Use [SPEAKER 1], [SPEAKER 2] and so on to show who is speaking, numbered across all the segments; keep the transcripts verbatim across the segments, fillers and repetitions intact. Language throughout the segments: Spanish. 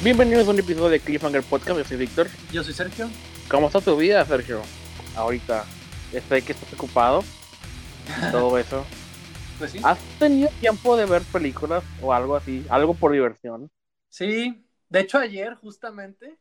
[SPEAKER 1] Bienvenidos a un episodio de Cliffhanger Podcast. Yo soy Víctor.
[SPEAKER 2] Yo soy Sergio.
[SPEAKER 1] ¿Cómo está tu vida, Sergio? Ahorita, sé que estás ocupado. Todo eso.
[SPEAKER 2] Pues sí.
[SPEAKER 1] ¿Has tenido tiempo de ver películas o algo así? Algo por diversión.
[SPEAKER 2] Sí, de hecho ayer justamente,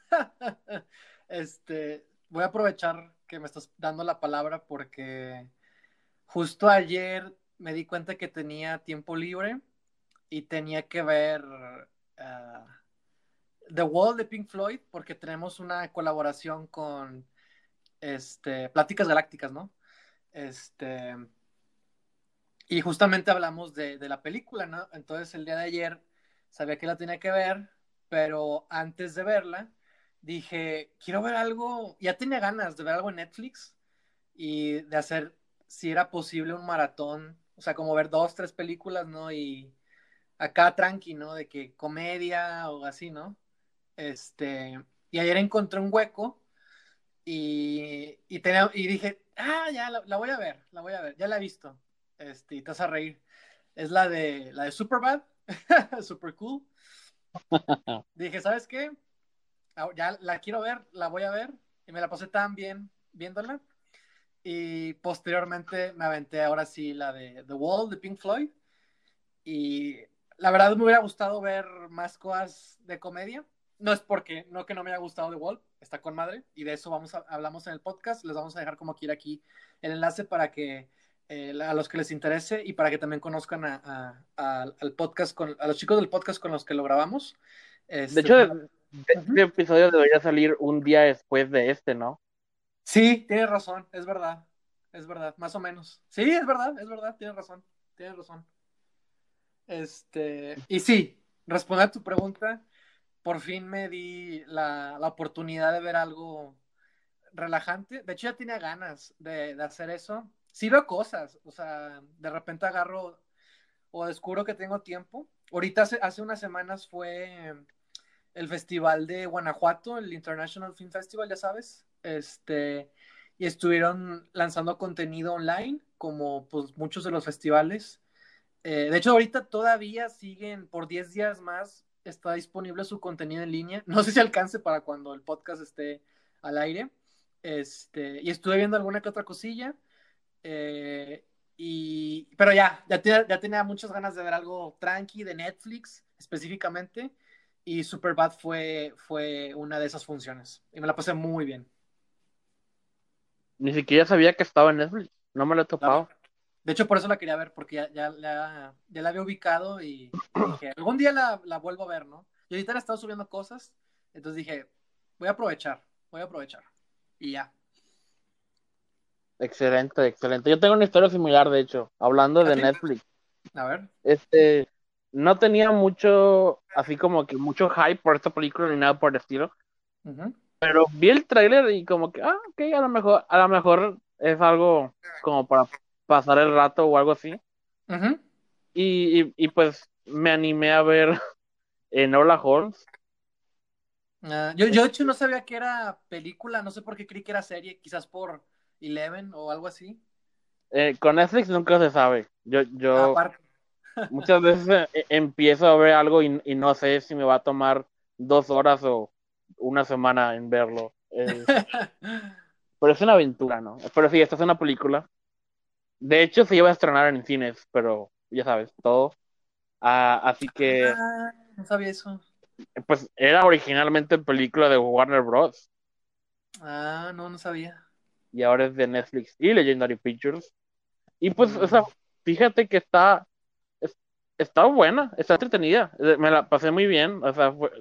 [SPEAKER 2] este, voy a aprovechar que me estás dando la palabra porque justo ayer me di cuenta que tenía tiempo libre y tenía que ver uh, The Wall de Pink Floyd porque tenemos una colaboración con este, Pláticas Galácticas, ¿no? Este, y justamente hablamos de, de la película, ¿no? Entonces el día de ayer sabía que la tenía que ver, pero antes de verla dije, quiero ver algo, ya tenía ganas de ver algo en Netflix y de hacer, si era posible, un maratón, o sea, como ver dos, tres películas, ¿no? Y acá tranqui, ¿no? De que comedia o así, ¿no? Este, y ayer encontré un hueco y, y, tenía, y dije, ah, ya, la, la voy a ver, la voy a ver, ya la he visto, este, y te vas a reír. Es la de, la de Superbad, super cool. Dije, ¿sabes qué? Ya la quiero ver, la voy a ver, y me la pasé tan bien viéndola. Y posteriormente me aventé ahora sí la de The Wall de Pink Floyd. Y la verdad me hubiera gustado ver más cosas de comedia. No es porque, no que no me haya gustado The Wall, está con madre. Y de eso vamos a, hablamos en el podcast. Les vamos a dejar como quiera aquí el enlace para que eh, a los que les interese y para que también conozcan a, a, a, al podcast, con, a los chicos del podcast con los que lo grabamos.
[SPEAKER 1] De
[SPEAKER 2] Este,
[SPEAKER 1] hecho, de, de este
[SPEAKER 2] uh-huh.
[SPEAKER 1] episodio debería salir un día después de este, ¿no?
[SPEAKER 2] Sí, tienes razón, es verdad. Es verdad, más o menos. Sí, es verdad, es verdad, tienes razón. Tienes razón. Este, y sí, responder a tu pregunta, por fin me di la, la oportunidad de ver algo relajante. De hecho, ya tenía ganas de, de hacer eso. Sí veo cosas, o sea, de repente agarro o descubro que tengo tiempo. Ahorita hace, hace unas semanas fue el festival de Guanajuato, el International Film Festival, ya sabes. Este, y estuvieron lanzando contenido online, como pues muchos de los festivales. Eh, de hecho, ahorita todavía siguen por diez días más, está disponible su contenido en línea. No sé si alcance para cuando el podcast esté al aire. Este, y estuve viendo alguna que otra cosilla. Eh, y, pero ya, ya, tenía, ya tenía muchas ganas de ver algo tranqui de Netflix específicamente. Y Superbad fue, fue una de esas funciones. Y me la pasé muy bien.
[SPEAKER 1] Ni siquiera sabía que estaba en Netflix. No me lo he
[SPEAKER 2] La,
[SPEAKER 1] topado.
[SPEAKER 2] De hecho, por eso la quería ver, porque ya, ya, ya, ya la había ubicado y, y dije, algún día la, la, vuelvo a ver, ¿no? Y ahorita he estado subiendo cosas, entonces dije, voy a aprovechar, voy a aprovechar. Y ya.
[SPEAKER 1] Excelente, excelente. Yo tengo una historia similar, de hecho, hablando
[SPEAKER 2] ¿A
[SPEAKER 1] de
[SPEAKER 2] ti?
[SPEAKER 1] Netflix.
[SPEAKER 2] A ver.
[SPEAKER 1] Este, no tenía mucho, así como que mucho hype por esta película ni nada por el estilo.
[SPEAKER 2] Uh-huh.
[SPEAKER 1] Pero vi el tráiler y como que, ah, ok, a lo mejor, a lo mejor es algo como para pasar el rato o algo así.
[SPEAKER 2] Uh-huh.
[SPEAKER 1] Y, y, y pues me animé a ver Enola Holmes.
[SPEAKER 2] Uh, yo, yo, de hecho, no sabía que era película, no sé por qué creí que era serie, quizás por Eleven o algo así.
[SPEAKER 1] Eh, con Netflix nunca se sabe. Yo, yo
[SPEAKER 2] Aparte.
[SPEAKER 1] muchas veces eh, empiezo a ver algo y, y no sé si me va a tomar dos horas o una semana en verlo. Eh, pero es una aventura, ¿no? Pero sí, esta es una película. De hecho, se iba a estrenar en cines, pero ya sabes, todo. Ah, así que,
[SPEAKER 2] Ah, no sabía eso.
[SPEAKER 1] pues, era originalmente película de Warner Bros.
[SPEAKER 2] Ah, no, no sabía.
[SPEAKER 1] Y ahora es de Netflix y Legendary Pictures. Y pues, o sea,
[SPEAKER 2] Mm,
[SPEAKER 1] fíjate que está, es- está buena, está entretenida. Eh, Me la pasé muy bien. O sea, fue-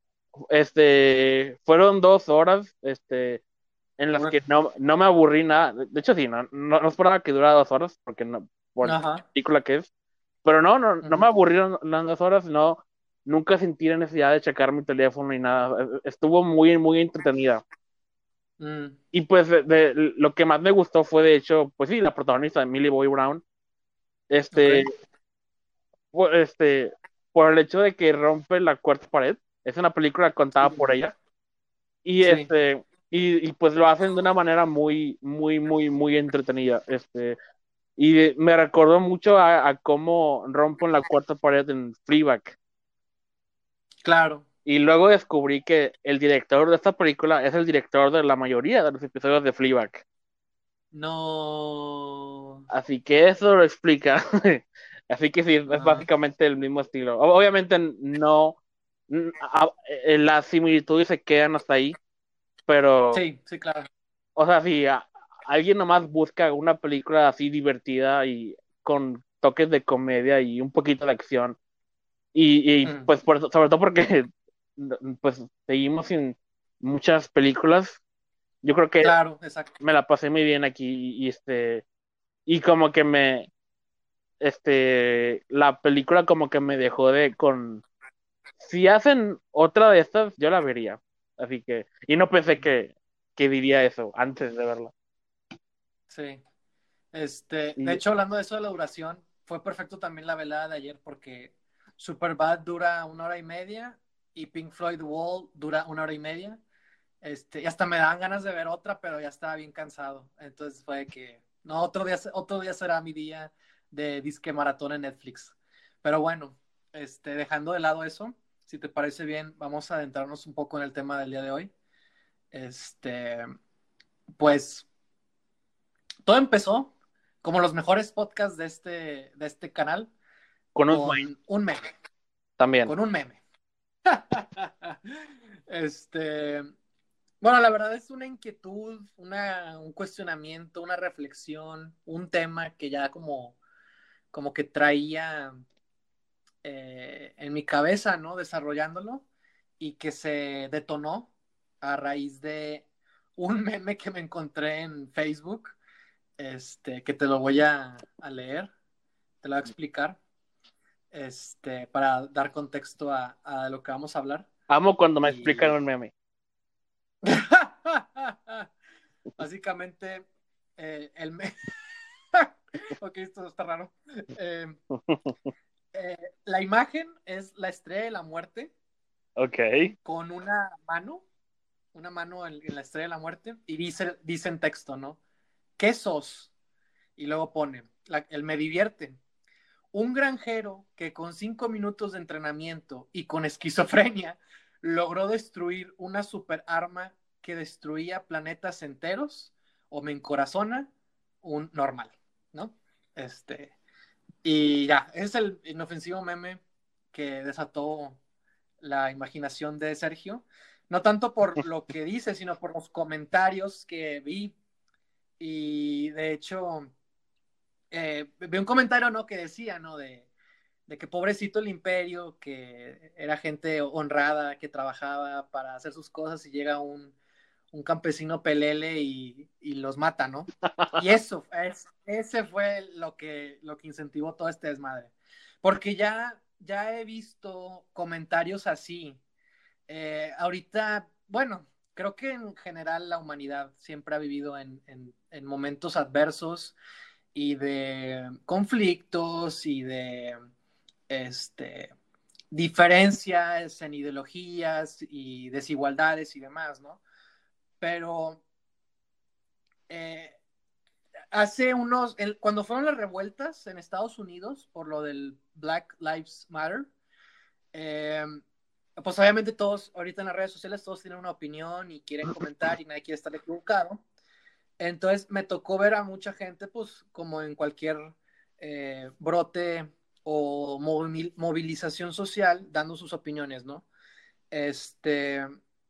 [SPEAKER 1] este, fueron dos horas, este, en las que
[SPEAKER 2] órale.
[SPEAKER 1] no, no me aburrí nada. De hecho, sí, no, no, no esperaba que durara dos horas, porque no, por la
[SPEAKER 2] Ajá.
[SPEAKER 1] película que es. Pero no, no, no me
[SPEAKER 2] Uh-huh.
[SPEAKER 1] aburrieron las dos horas, no, nunca sentí la necesidad de checar mi teléfono ni nada. Estuvo muy, muy entretenida.
[SPEAKER 2] Mm,
[SPEAKER 1] Y pues de, de- lo que más me gustó fue, de hecho, pues sí, la protagonista, Millie Bobby Brown,
[SPEAKER 2] ok.
[SPEAKER 1] este, por, este, por el hecho de que rompe la cuarta pared. Es una película contada por
[SPEAKER 2] Sí.
[SPEAKER 1] ella. Y
[SPEAKER 2] Sí.
[SPEAKER 1] este, y, y pues lo hacen de una manera muy, muy, muy, muy entretenida. Este, y me recordó mucho a, a cómo rompen la cuarta pared en Fleabag.
[SPEAKER 2] Claro.
[SPEAKER 1] Y luego descubrí que el director de esta película es el director de la mayoría de los episodios de Fleabag.
[SPEAKER 2] No.
[SPEAKER 1] Así que eso lo explica. Así que sí, es
[SPEAKER 2] Ajá.
[SPEAKER 1] básicamente el mismo estilo. O- Obviamente no, n- a- eh, las similitudes se quedan hasta ahí, pero,
[SPEAKER 2] Sí, sí, claro.
[SPEAKER 1] o sea, si a- alguien nomás busca una película así divertida y con toques de comedia y un poquito de acción, y, y
[SPEAKER 2] Mm,
[SPEAKER 1] pues por, sobre todo porque pues seguimos sin muchas películas, yo creo que
[SPEAKER 2] claro, exacto.
[SPEAKER 1] me la pasé muy bien aquí y este, y como que me este, la película como que me dejó de con, si hacen otra de estas, yo la vería. Así que, y no pensé
[SPEAKER 2] Mm,
[SPEAKER 1] que, que diría eso antes de verla.
[SPEAKER 2] sí. Este, de
[SPEAKER 1] Y
[SPEAKER 2] hecho, hablando de eso de la duración, fue perfecto también la velada de ayer porque Superbad dura una hora y media y Pink Floyd The Wall dura una hora y media. Este, y hasta me daban ganas de ver otra, pero ya estaba bien cansado. Entonces fue que, no, otro día, otro día será mi día de disque maratón en Netflix. Pero bueno, este, dejando de lado eso, si te parece bien, vamos a adentrarnos un poco en el tema del día de hoy. Este, pues todo empezó como los mejores podcasts de este, de este canal
[SPEAKER 1] con un Swain
[SPEAKER 2] con un meme,
[SPEAKER 1] también.
[SPEAKER 2] con un meme. Este, bueno, la verdad es una inquietud, una, un cuestionamiento, una reflexión, un tema que ya como, como que traía eh, en mi cabeza, ¿no? Desarrollándolo y que se detonó a raíz de un meme que me encontré en Facebook, este, que te lo voy a, a leer, te lo voy a explicar, este, para dar contexto a, a lo que vamos a hablar.
[SPEAKER 1] Amo cuando me explican
[SPEAKER 2] Y
[SPEAKER 1] un meme.
[SPEAKER 2] básicamente, eh, el me... ok, esto está raro. Eh, eh, la imagen es la estrella de la muerte
[SPEAKER 1] Ok.
[SPEAKER 2] con una mano, una mano en, en la estrella de la muerte, y dice, dice en texto, ¿no? ¿Qué sos? Y luego pone, la, el me divierte. Un granjero que con cinco minutos de entrenamiento y con esquizofrenia logró destruir una super arma que destruía planetas enteros, o me encorazona un normal, ¿no? Este, y ya, es el inofensivo meme que desató la imaginación de Sergio, no tanto por lo que dice, sino por los comentarios que vi. Y de hecho, eh, vi un comentario, ¿no? Que decía, ¿no? De, de que pobrecito el imperio, que era gente honrada, que trabajaba para hacer sus cosas y llega un, un campesino pelele y, y, los mata, ¿no? Y eso, es, ese fue lo que, lo que incentivó todo este desmadre. Porque ya, ya he visto comentarios así. Eh, ahorita, bueno, creo que en general la humanidad siempre ha vivido en, en, en momentos adversos y de conflictos y de este, diferencias en ideologías y desigualdades y demás, ¿no? Pero eh, hace unos, el, cuando fueron las revueltas en Estados Unidos por lo del Black Lives Matter, eh, pues obviamente todos, ahorita en las redes sociales, todos tienen una opinión y quieren comentar y nadie quiere estar equivocado. Entonces me tocó ver a mucha gente, pues como en cualquier eh, brote o movilización social, dando sus opiniones, ¿no? Este,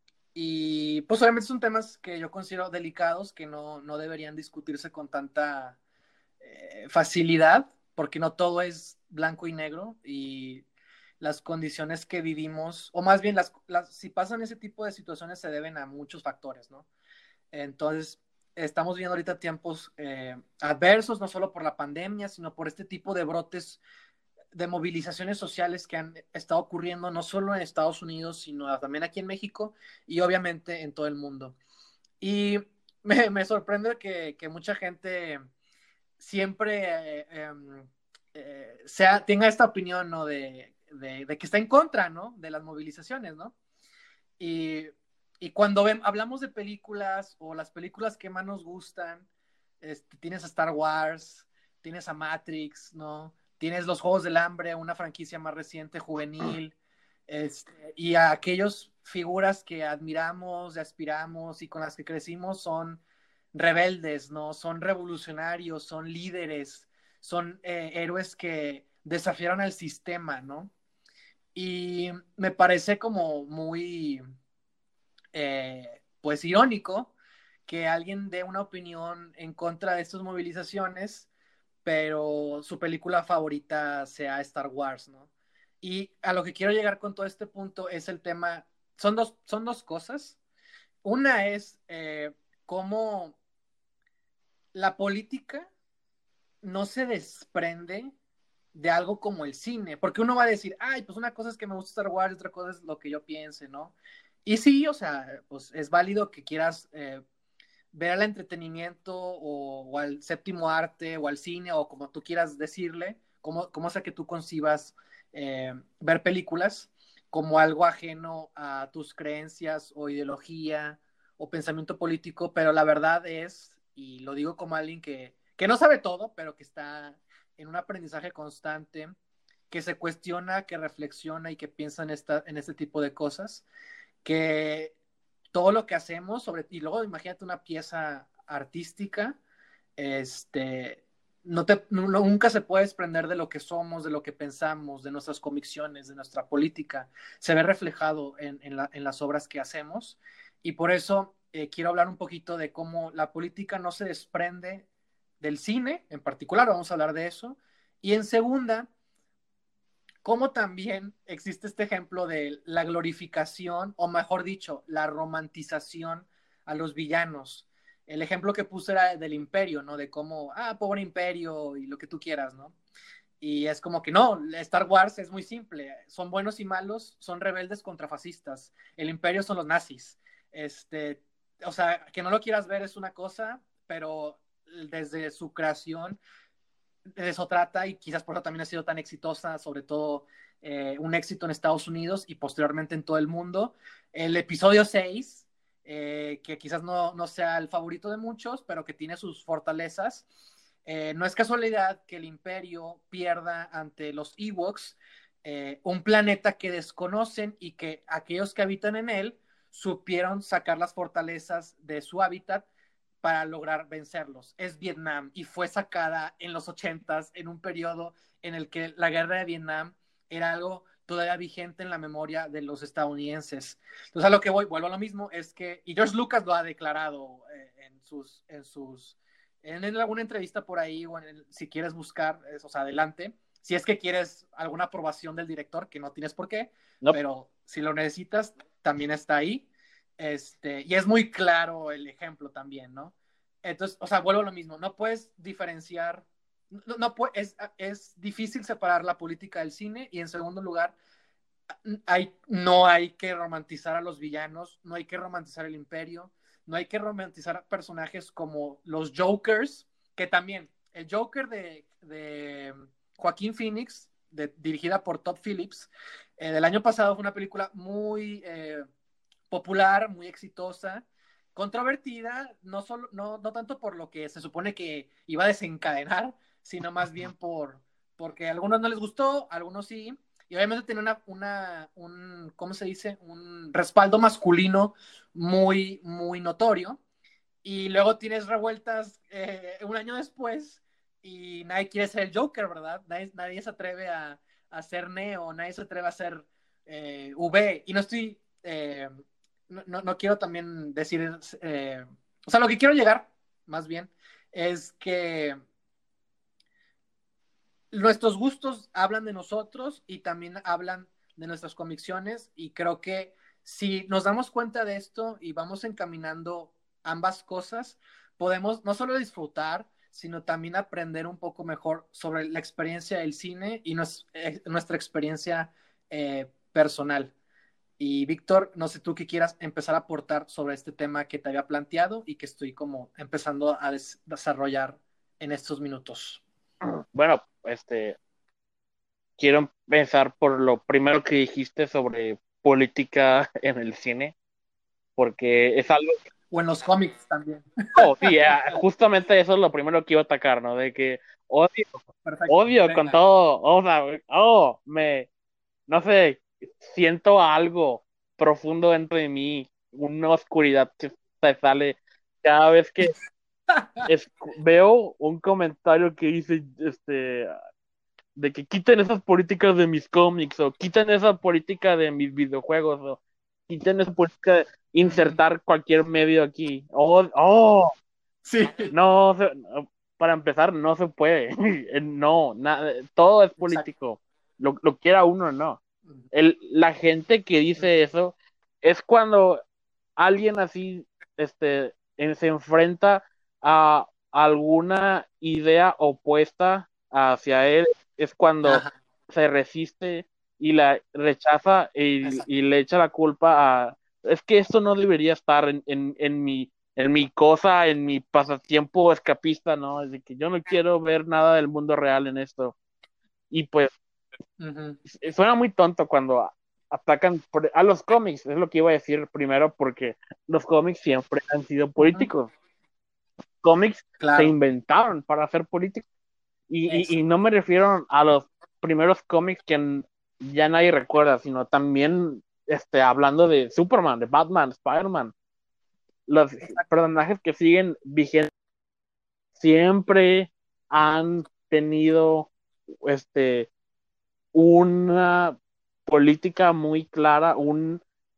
[SPEAKER 2] y pues obviamente son temas que yo considero delicados, que no, no deberían discutirse con tanta eh, facilidad, porque no todo es blanco y negro y las condiciones que vivimos, o más bien las, las, si pasan ese tipo de situaciones se deben a muchos factores, ¿no? Entonces, estamos viendo ahorita tiempos eh, adversos, no solo por la pandemia, sino por este tipo de brotes de movilizaciones sociales que han estado ocurriendo no solo en Estados Unidos, sino también aquí en México y obviamente en todo el mundo. Y me, me sorprende que, que, mucha gente siempre eh, eh, eh, sea, tenga esta opinión, ¿no? De, de, de, que está en contra, ¿no? De las movilizaciones, ¿no? Y, y cuando ven, hablamos de películas o las películas que más nos gustan, este, tienes a Star Wars, tienes a Matrix, ¿no? Tienes los Juegos del Hambre, una franquicia más reciente, juvenil. Este, y a aquellos figuras que admiramos, aspiramos y con las que crecimos son rebeldes, ¿no? Son revolucionarios, son líderes, son eh, héroes que desafiaron al sistema, ¿no? Y me parece como muy, eh, pues, irónico que alguien dé una opinión en contra de estas movilizaciones, pero su película favorita sea Star Wars, ¿no? Y a lo que quiero llegar con todo este punto es el tema, son dos, son dos cosas. Una es eh, cómo la política no se desprende de algo como el cine, porque uno va a decir, ay, pues una cosa es que me gusta Star Wars y otra cosa es lo que yo piense, ¿no? Y sí, o sea, pues es válido que quieras eh, ver al entretenimiento o, o, al séptimo arte o al cine o como tú quieras decirle, como, como sea que tú concibas eh, ver películas como algo ajeno a tus creencias o ideología o pensamiento político, pero la verdad es, y lo digo como alguien que, que no sabe todo, pero que está en un aprendizaje constante, que se cuestiona, que reflexiona y que piensa en, esta, en este tipo de cosas, que todo lo que hacemos, sobre, y luego imagínate una pieza artística, este, no te, no, nunca se puede desprender de lo que somos, de lo que pensamos, de nuestras convicciones, de nuestra política. Se ve reflejado en, en, la, en las obras que hacemos. Y por eso eh, quiero hablar un poquito de cómo la política no se desprende del cine, en particular, vamos a hablar de eso. Y en segunda, como también existe este ejemplo de la glorificación, o mejor dicho, la romantización a los villanos. El ejemplo que puse era del imperio, ¿no? De cómo, ah, pobre imperio y lo que tú quieras, ¿no? Y es como que no, Star Wars es muy simple, son buenos y malos, son rebeldes contra fascistas, el imperio son los nazis. Este, o sea, que no lo quieras ver es una cosa, pero desde su creación de eso trata y quizás por eso también ha sido tan exitosa, sobre todo eh, un éxito en Estados Unidos y posteriormente en todo el mundo. El episodio seis, eh, que quizás no, no sea el favorito de muchos, pero que tiene sus fortalezas. Eh, no es casualidad que el Imperio pierda ante los Ewoks, eh, un planeta que desconocen y que aquellos que habitan en él supieron sacar las fortalezas de su hábitat para lograr vencerlos. Es Vietnam y fue sacada en los ochentas, en un periodo en el que la guerra de Vietnam era algo todavía vigente en la memoria de los estadounidenses. Entonces a lo que voy, vuelvo a lo mismo, es que, y George Lucas lo ha declarado eh, en sus, en sus, en alguna entrevista por ahí, o en el, si quieres buscar, es, o sea, adelante, si es que quieres alguna aprobación del director, que no tienes por qué,
[SPEAKER 1] No,
[SPEAKER 2] pero si lo necesitas, también está ahí. Este, y es muy claro el ejemplo también, ¿no? Entonces, o sea, vuelvo a lo mismo, no puedes diferenciar, no, no puede, es, es difícil separar la política del cine y en segundo lugar, hay, no hay que romantizar a los villanos, no hay que romantizar el imperio, no hay que romantizar personajes como los Jokers, que también, el Joker de, de Joaquín Phoenix, de, dirigida por Todd Phillips, eh, del año pasado fue una película muy eh, popular, muy exitosa, controvertida, no, solo, no, no tanto por lo que se supone que iba a desencadenar, sino más bien por porque a algunos no les gustó, a algunos sí, y obviamente tiene una, una un, ¿cómo se dice? Un respaldo masculino muy, muy notorio, y luego tienes revueltas eh, un año después, y nadie quiere ser el Joker, ¿verdad? Nadie, nadie se atreve a, a ser Neo, nadie se atreve a ser eh, V, y no estoy... Eh, no, no, quiero también decir, eh, o sea, lo que quiero llegar, más bien, es que nuestros gustos hablan de nosotros y también hablan de nuestras convicciones y creo que si nos damos cuenta de esto y vamos encaminando ambas cosas, podemos no solo disfrutar, sino también aprender un poco mejor sobre la experiencia del cine y nos, eh, nuestra experiencia eh, personal. Y Víctor, no sé tú qué quieras empezar a aportar sobre este tema que te había planteado y que estoy como empezando a des desarrollar en estos minutos.
[SPEAKER 1] bueno, este, quiero empezar por lo primero que dijiste sobre política en el cine, porque es algo...
[SPEAKER 2] O en los cómics también.
[SPEAKER 1] Oh, sí, eh, justamente eso es lo primero que iba a atacar, ¿no? De que odio,
[SPEAKER 2] Perfecto,
[SPEAKER 1] odio con
[SPEAKER 2] venga.
[SPEAKER 1] todo, o sea, oh, me, no sé, siento algo profundo dentro de mí, una oscuridad que se sale cada vez que es, veo un comentario que dice, este, de que quiten esas políticas de mis cómics, o quiten esa política de mis videojuegos, o quiten esa política de
[SPEAKER 2] Ujú.
[SPEAKER 1] insertar cualquier medio aquí. Oh, oh,
[SPEAKER 2] Sí.
[SPEAKER 1] no, se- no, para empezar, no se puede. No, nada, todo es
[SPEAKER 2] Exacto.
[SPEAKER 1] político. Lo, lo quiera uno o no.
[SPEAKER 2] Ujú.
[SPEAKER 1] El, la gente que dice
[SPEAKER 2] Ujú.
[SPEAKER 1] eso es cuando alguien así este, en- se enfrenta a alguna idea opuesta hacia él, es cuando
[SPEAKER 2] Ajá,
[SPEAKER 1] se resiste y la rechaza y,
[SPEAKER 2] exacto.
[SPEAKER 1] y le echa la culpa a, es que esto no debería estar en, en, en mi, en mi cosa, en mi pasatiempo escapista, ¿no? Es de que yo no quiero ver nada del mundo real en esto. Y pues
[SPEAKER 2] Ujú.
[SPEAKER 1] suena muy tonto cuando atacan por- a los cómics, es lo que iba a decir primero, porque los cómics siempre han sido
[SPEAKER 2] Ujú.
[SPEAKER 1] políticos. Cómics se
[SPEAKER 2] Claro.
[SPEAKER 1] inventaron para ser políticos. Y, y, y
[SPEAKER 2] Exacto.
[SPEAKER 1] no me refiero a los primeros cómics que n- ya nadie recuerda, sino también este, hablando de Superman, de Batman, Spider-Man. Los
[SPEAKER 2] Exacto.
[SPEAKER 1] personajes que siguen vigentes siempre han tenido este, una política muy clara, un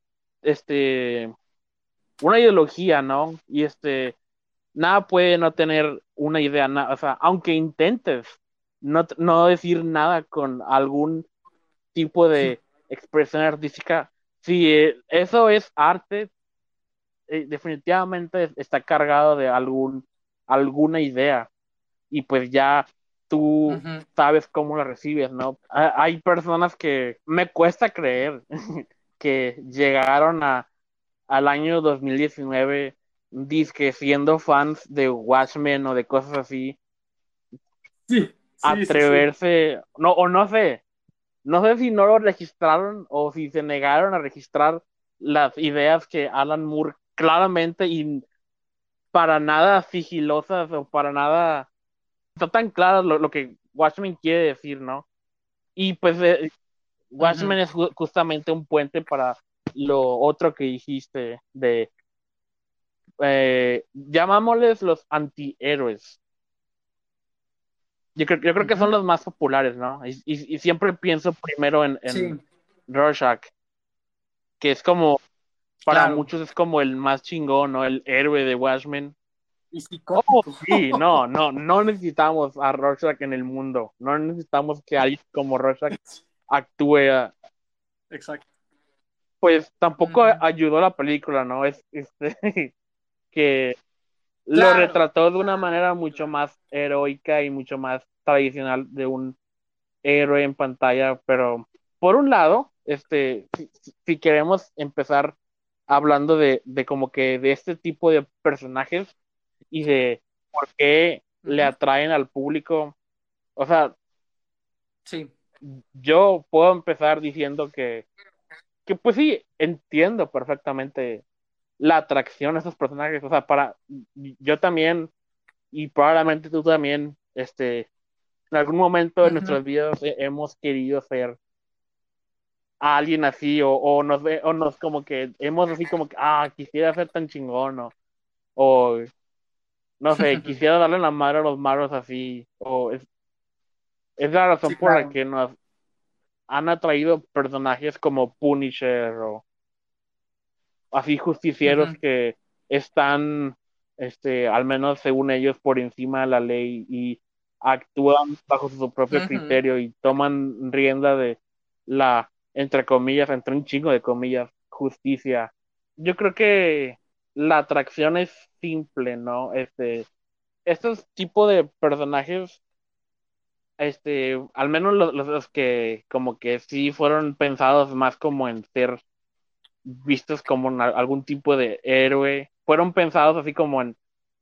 [SPEAKER 1] este, una ideología, ¿no? Y este, nada puede no tener una idea, na- o sea, aunque intentes no, no decir nada con algún tipo de expresión artística, si eh, eso es arte, eh, definitivamente está cargado de algún, alguna idea y pues ya tú
[SPEAKER 2] Ujú.
[SPEAKER 1] sabes cómo la recibes, ¿no? Ha- Hay personas que me cuesta creer que llegaron a al año dos mil diecinueve, dizque siendo fans de Watchmen o de cosas así,
[SPEAKER 2] Sí, sí, sí, sí.
[SPEAKER 1] atreverse, no, o no sé, no sé si no lo registraron o si se negaron a registrar las ideas que Alan Moore claramente y para nada sigilosas o para nada, está tan claro lo, lo que Watchmen quiere decir, ¿no? Y pues eh,
[SPEAKER 2] Ujú.
[SPEAKER 1] Watchmen es ju- justamente un puente para lo otro que dijiste de eh, llamámosles los antihéroes. Yo creo, yo creo que son
[SPEAKER 2] Ujú.
[SPEAKER 1] los más populares, ¿no? Y, y- y siempre pienso primero en, en
[SPEAKER 2] Sí,
[SPEAKER 1] Rorschach, que es como, para
[SPEAKER 2] claro.
[SPEAKER 1] muchos es como el más chingón, ¿no? El héroe de Watchmen.
[SPEAKER 2] Y
[SPEAKER 1] Oh,
[SPEAKER 2] psicótico.
[SPEAKER 1] sí, no, no, no necesitamos a Rorschach en el mundo. No necesitamos que alguien como Rorschach actúe. ah,
[SPEAKER 2] Exacto.
[SPEAKER 1] Pues tampoco
[SPEAKER 2] Ujú.
[SPEAKER 1] ayudó la película, ¿no? Es este que lo
[SPEAKER 2] Claro.
[SPEAKER 1] retrató de una manera mucho más heroica y mucho más tradicional de un héroe en pantalla, pero por un lado, este, si, si queremos empezar hablando de, de como que de este tipo de personajes y de por qué le
[SPEAKER 2] Ujú.
[SPEAKER 1] atraen al público, o sea,
[SPEAKER 2] Sí.
[SPEAKER 1] yo puedo empezar diciendo que, que pues sí, entiendo perfectamente la atracción a esos personajes, o sea, para yo también y probablemente tú también, este, en algún momento de
[SPEAKER 2] Ujú.
[SPEAKER 1] nuestras vidas he- hemos querido ser a alguien así o, o nos ve, o nos como que hemos así como que, ah, quisiera ser tan chingón o, o no sé, quisiera darle la madre a los malos así o es, es la razón
[SPEAKER 2] Sí,
[SPEAKER 1] por la
[SPEAKER 2] claro.
[SPEAKER 1] que nos han atraído personajes como Punisher o así justicieros
[SPEAKER 2] Ujú.
[SPEAKER 1] que están, este, al menos según ellos, por encima de la ley y actúan bajo su propio
[SPEAKER 2] Ujú.
[SPEAKER 1] criterio y toman rienda de la, entre comillas, entre un chingo de comillas, justicia. Yo creo que la atracción es simple, ¿no? Este, estos tipos de personajes, este, al menos los, los, los que como que sí fueron pensados más como en ser vistos como en algún tipo de héroe, fueron pensados así como en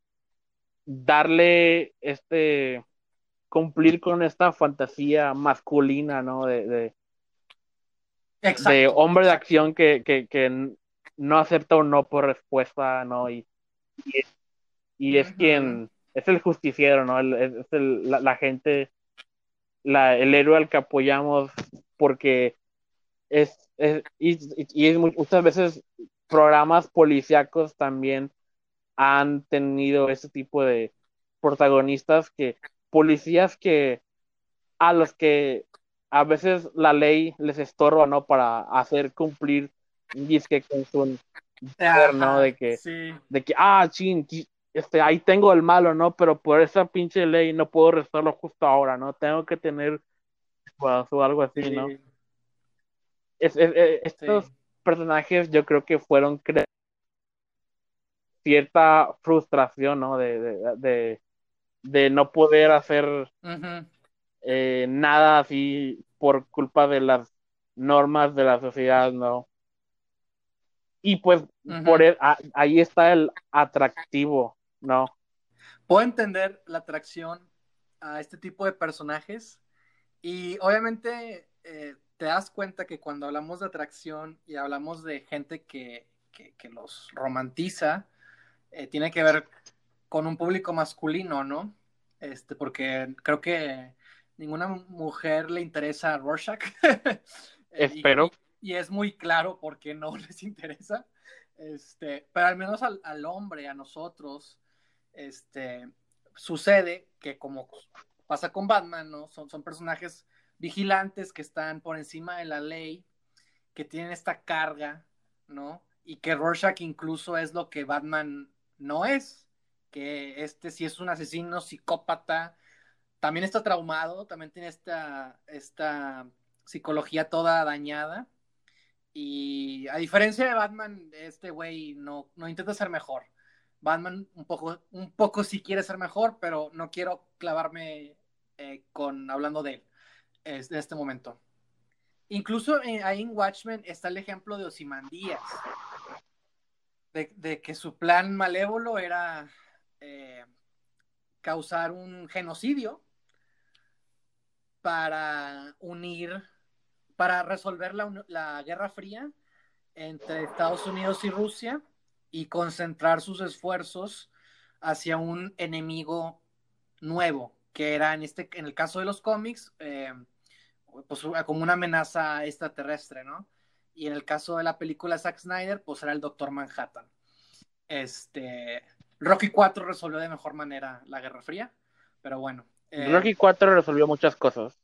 [SPEAKER 1] darle este, cumplir con esta fantasía masculina, ¿no? De, de, de
[SPEAKER 2] Exacto,
[SPEAKER 1] hombre de
[SPEAKER 2] exacto.
[SPEAKER 1] acción que, que, que no acepta un no por respuesta, ¿no? Y, y, y es
[SPEAKER 2] Ujú.
[SPEAKER 1] quien, es el justiciero, ¿no? El, es el, la, la gente, la, el héroe al que apoyamos porque es, es- y, y- y es mu- muchas veces programas policíacos también han tenido ese tipo de protagonistas que, policías que a los que a veces la ley les estorba, ¿no? Para hacer cumplir disque con su deber, ¿no?
[SPEAKER 2] Ajá,
[SPEAKER 1] De que,
[SPEAKER 2] sí,
[SPEAKER 1] de que, ah, chin, qui- este, ahí tengo el malo, ¿no? Pero por esa pinche ley no puedo restarlo justo ahora, ¿no? Tengo que tener pues, o algo así, ¿no?
[SPEAKER 2] sí,
[SPEAKER 1] Es, es- es- estos
[SPEAKER 2] sí.
[SPEAKER 1] personajes yo creo que fueron cre- cierta frustración, ¿no? De, de, de, de no poder hacer
[SPEAKER 2] Ujú,
[SPEAKER 1] eh, nada así por culpa de las normas de la sociedad, ¿no? Y pues por
[SPEAKER 2] ujú.
[SPEAKER 1] e- a- ahí está el atractivo, ¿no?
[SPEAKER 2] Puedo entender la atracción a este tipo de personajes y obviamente eh, te das cuenta que cuando hablamos de atracción y hablamos de gente que, que, que los romantiza, eh, tiene que ver con un público masculino, ¿no? Este, porque creo que ninguna mujer le interesa a Rorschach. Eh, y,
[SPEAKER 1] Espero.
[SPEAKER 2] y, y, es muy claro por qué no les interesa. Este, pero al menos al, al hombre, a nosotros, este, sucede que como pasa con Batman, ¿no? Son, son personajes vigilantes que están por encima de la ley, que tienen esta carga, ¿no? Y que Rorschach incluso es lo que Batman no es, que este sí es un asesino, psicópata, también está traumado, también tiene esta, esta psicología toda dañada. Y a diferencia de Batman, este güey no, no intenta ser mejor. Batman un poco, un poco sí quiere ser mejor, pero no quiero clavarme eh, con hablando de él es, en este momento. Incluso en, ahí en Watchmen está el ejemplo de Ozymandias, de, de que su plan malévolo era eh, causar un genocidio para unir, para resolver la, la Guerra Fría entre Estados Unidos y Rusia y concentrar sus esfuerzos hacia un enemigo nuevo, que era en, este, en el caso de los cómics, eh, pues, como una amenaza extraterrestre, ¿no? Y en el caso de la película Zack Snyder, pues era el Doctor Manhattan. Este, Rocky cuatro resolvió de mejor manera la Guerra Fría, pero bueno. Eh,
[SPEAKER 1] Rocky cuatro resolvió muchas cosas.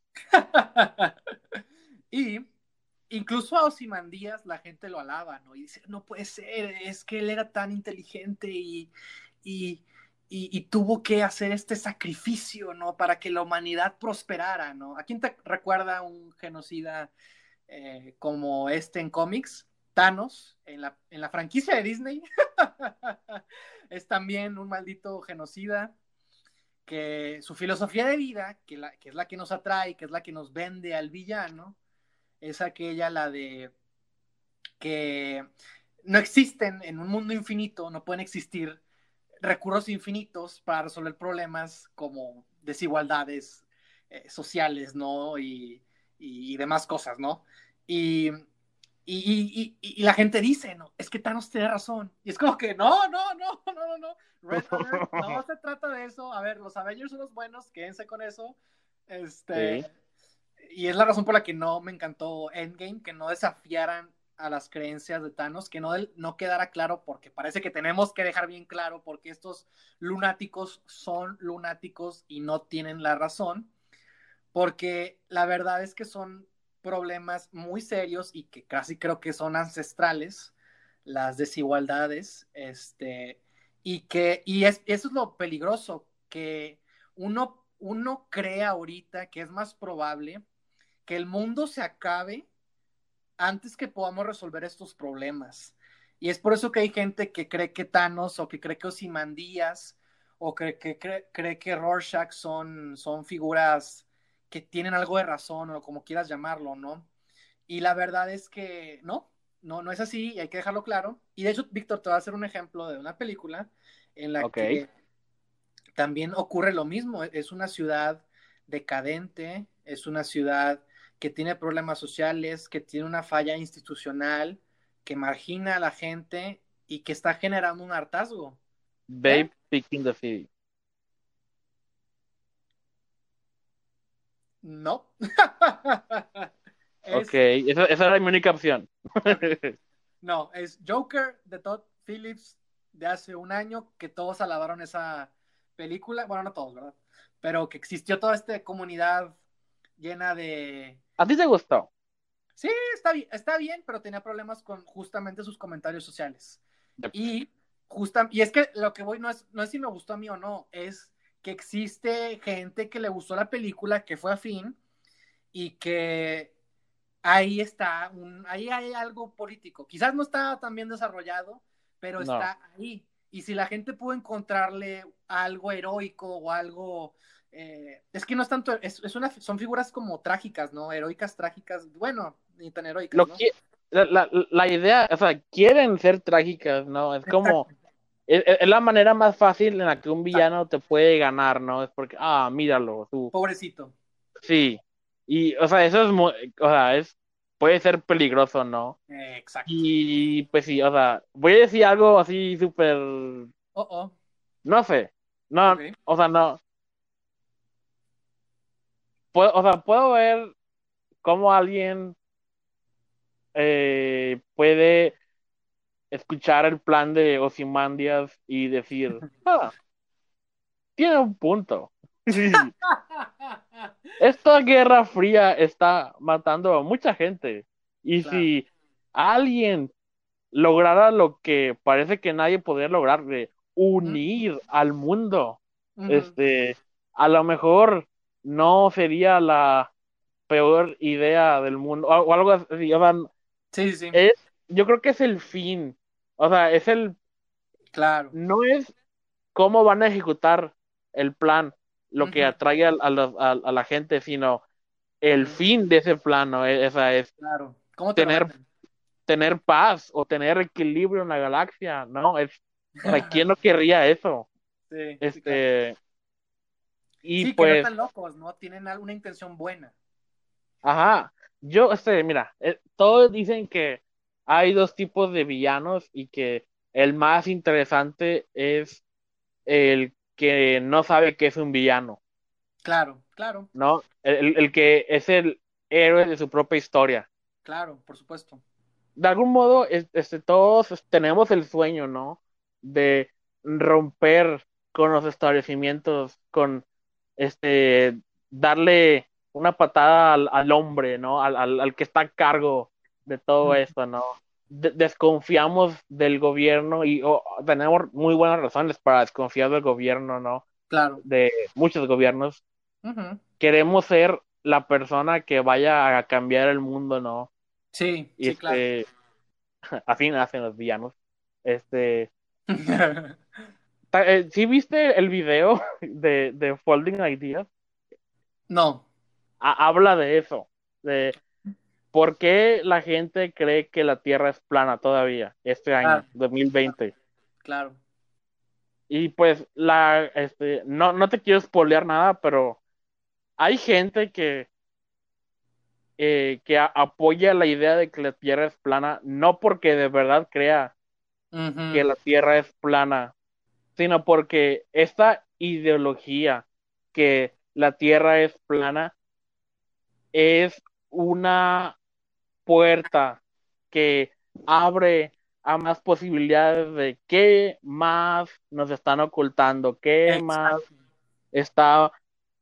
[SPEAKER 2] y incluso a Ozymandias la gente lo alaba, ¿no? Y dice, no puede ser, es que él era tan inteligente y, y, y, y tuvo que hacer este sacrificio, ¿no? Para que la humanidad prosperara, ¿no? ¿A quién te recuerda un genocida eh, como este en cómics? Thanos, en la, en la franquicia de Disney, es también un maldito genocida que su filosofía de vida, que, la, que es la que nos atrae, que es la que nos vende al villano, es aquella la de que no existen en un mundo infinito, no pueden existir recursos infinitos para resolver problemas como desigualdades eh, sociales, ¿no? Y, y, y, demás cosas, ¿no? Y, y, y, y, la gente dice, no, es que Thanos tiene razón. Y es como que, no, no, no, no, no, no. Red Alert, no se trata de eso. A ver, los Avengers son los buenos, quédense con eso. Este,
[SPEAKER 1] Sí.
[SPEAKER 2] y es la razón por la que no me encantó Endgame, que no desafiaran a las creencias de Thanos, que no, no quedara claro, porque parece que tenemos que dejar bien claro porque estos lunáticos son lunáticos y no tienen la razón, porque la verdad es que son problemas muy serios y que casi creo que son ancestrales, las desigualdades, este, y que, y es, eso es lo peligroso, que uno, uno cree ahorita que es más probable que el mundo se acabe antes que podamos resolver estos problemas. Y es por eso que hay gente que cree que Thanos o que cree que Ozymandias o que, que cree, cree que Rorschach son, son figuras que tienen algo de razón o como quieras llamarlo, ¿no? Y la verdad es que no, no, no es así y hay que dejarlo claro. Y de hecho, Víctor, te va a hacer un ejemplo de una película en la
[SPEAKER 1] Ok.
[SPEAKER 2] que también ocurre lo mismo. Es una ciudad decadente, es una ciudad que tiene problemas sociales, que tiene una falla institucional, que margina a la gente y que está generando un hartazgo. ¿Qué?
[SPEAKER 1] Babe Picking the City.
[SPEAKER 2] No.
[SPEAKER 1] Ok,
[SPEAKER 2] Es,
[SPEAKER 1] esa, esa era mi única opción.
[SPEAKER 2] ok, no, es Joker de Todd Phillips de hace un año que todos alabaron esa película. Bueno, no todos, ¿verdad? Pero que existió toda esta comunidad llena de...
[SPEAKER 1] ¿A ti te gustó?
[SPEAKER 2] Sí, está bien, está bien, pero tenía problemas con justamente sus comentarios sociales.
[SPEAKER 1] Yep.
[SPEAKER 2] Y, justa, y es que lo que voy no es, no es si me gustó a mí o no, es que existe gente que le gustó la película, que fue afín, y que ahí está, un, ahí hay algo político. Quizás no está tan bien desarrollado, pero
[SPEAKER 1] No.
[SPEAKER 2] está ahí. Y si la gente pudo encontrarle algo heroico o algo... Eh, es que no es tanto, es, es una, son figuras como trágicas, ¿no? Heroicas, trágicas, bueno, ni tan heroicas,
[SPEAKER 1] Lo
[SPEAKER 2] ¿no?
[SPEAKER 1] que, la, la, la idea, o sea, quieren ser trágicas, ¿no? Es como,
[SPEAKER 2] Exacto,
[SPEAKER 1] es, es la manera más fácil en la que un
[SPEAKER 2] exacto.
[SPEAKER 1] villano te puede ganar, ¿no? Es porque, ah, míralo, tú,
[SPEAKER 2] Pobrecito.
[SPEAKER 1] sí. Y, o sea, eso es muy, o sea, es, puede ser peligroso, ¿no?
[SPEAKER 2] Eh, exacto.
[SPEAKER 1] Y, pues sí, o sea, voy a decir algo así súper,
[SPEAKER 2] Oh, oh,
[SPEAKER 1] no sé,
[SPEAKER 2] ok.
[SPEAKER 1] no, o sea, no, puedo, o sea, puedo ver cómo alguien eh, puede escuchar el plan de Ozymandias y decir, ah, tiene un punto. Esta guerra fría está matando a mucha gente. Y
[SPEAKER 2] Claro.
[SPEAKER 1] si alguien lograra lo que parece que nadie podría lograr, de
[SPEAKER 2] Mm,
[SPEAKER 1] unir al mundo,
[SPEAKER 2] ujú.
[SPEAKER 1] este, a lo mejor no sería la peor idea del mundo, o, o algo así. O sea,
[SPEAKER 2] Sí, sí, sí.
[SPEAKER 1] es, yo creo que es el fin. O sea, es el,
[SPEAKER 2] Claro.
[SPEAKER 1] no es cómo van a ejecutar el plan lo que
[SPEAKER 2] Ujú,
[SPEAKER 1] atrae a, a los- a- a la gente, sino el
[SPEAKER 2] ujú.
[SPEAKER 1] fin de ese plano. e- Esa es
[SPEAKER 2] Claro. ¿Cómo te lo
[SPEAKER 1] tener,
[SPEAKER 2] venden?
[SPEAKER 1] tener paz o tener equilibrio en la galaxia, ¿no? Es, o sea, ¿quién no querría eso?
[SPEAKER 2] Sí, sí, claro.
[SPEAKER 1] Este, y
[SPEAKER 2] Sí, que no
[SPEAKER 1] pues,
[SPEAKER 2] están locos, ¿no? Tienen alguna intención buena.
[SPEAKER 1] ajá, yo, este, mira, eh, todos dicen que hay dos tipos de villanos y que el más interesante es el que no sabe que es un villano,
[SPEAKER 2] Claro, claro,
[SPEAKER 1] ¿no? El, el que es el héroe de su propia historia.
[SPEAKER 2] claro, por supuesto.
[SPEAKER 1] De algún modo, es- este, todos tenemos el sueño, ¿no? De romper con los establecimientos, con este, darle una patada al, al hombre, ¿no? Al, al, al que está a cargo de todo
[SPEAKER 2] Ujú.
[SPEAKER 1] esto, ¿no? De- desconfiamos del gobierno y oh, tenemos muy buenas razones para desconfiar del gobierno, ¿no?
[SPEAKER 2] Claro.
[SPEAKER 1] De muchos gobiernos.
[SPEAKER 2] Ujú.
[SPEAKER 1] Queremos ser la persona que vaya a cambiar el mundo, ¿no?
[SPEAKER 2] Sí,
[SPEAKER 1] Y
[SPEAKER 2] sí, claro.
[SPEAKER 1] este, así nacen los villanos. Este, ta- eh, ¿sí viste el video de, de Folding Ideas?
[SPEAKER 2] No.
[SPEAKER 1] Ha- habla de eso, de por qué la gente cree que la Tierra es plana todavía, este
[SPEAKER 2] Claro,
[SPEAKER 1] año, dos mil veinte.
[SPEAKER 2] claro.
[SPEAKER 1] Y pues, la, este, no, no te quiero spoilear nada, pero hay gente que eh, que a- apoya la idea de que la Tierra es plana, no porque de verdad crea que
[SPEAKER 2] Ujú.
[SPEAKER 1] la Tierra es plana, sino porque esta ideología que la Tierra es plana es una puerta que abre a más posibilidades de qué más nos están ocultando, qué más
[SPEAKER 2] Exacto.
[SPEAKER 1] está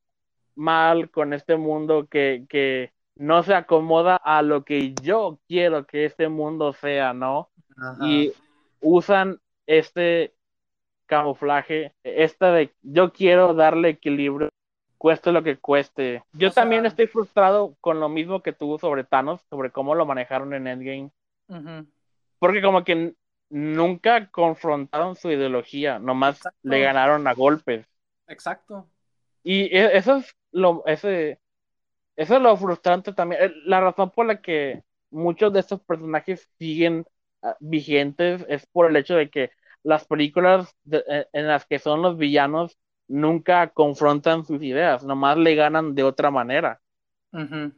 [SPEAKER 1] mal con este mundo que, que no se acomoda a lo que yo quiero que este mundo sea, ¿no?
[SPEAKER 2] Ajá.
[SPEAKER 1] Y usan este camuflaje, esta de yo quiero darle equilibrio, cueste lo que cueste.
[SPEAKER 2] O
[SPEAKER 1] Yo también
[SPEAKER 2] sea,
[SPEAKER 1] estoy frustrado con lo mismo que tuvo sobre Thanos, sobre cómo lo manejaron en Endgame,
[SPEAKER 2] ujú.
[SPEAKER 1] porque como que nunca confrontaron su ideología, nomás le
[SPEAKER 2] Exacto,
[SPEAKER 1] ganaron a golpes.
[SPEAKER 2] exacto.
[SPEAKER 1] Y e- eso es lo, ese, eso es lo frustrante también. Eh, La razón por la que muchos de estos personajes siguen ah, vigentes es por el hecho de que las películas de- eh, en las que son los villanos nunca confrontan sus ideas, nomás le ganan de otra manera.
[SPEAKER 2] Ujú.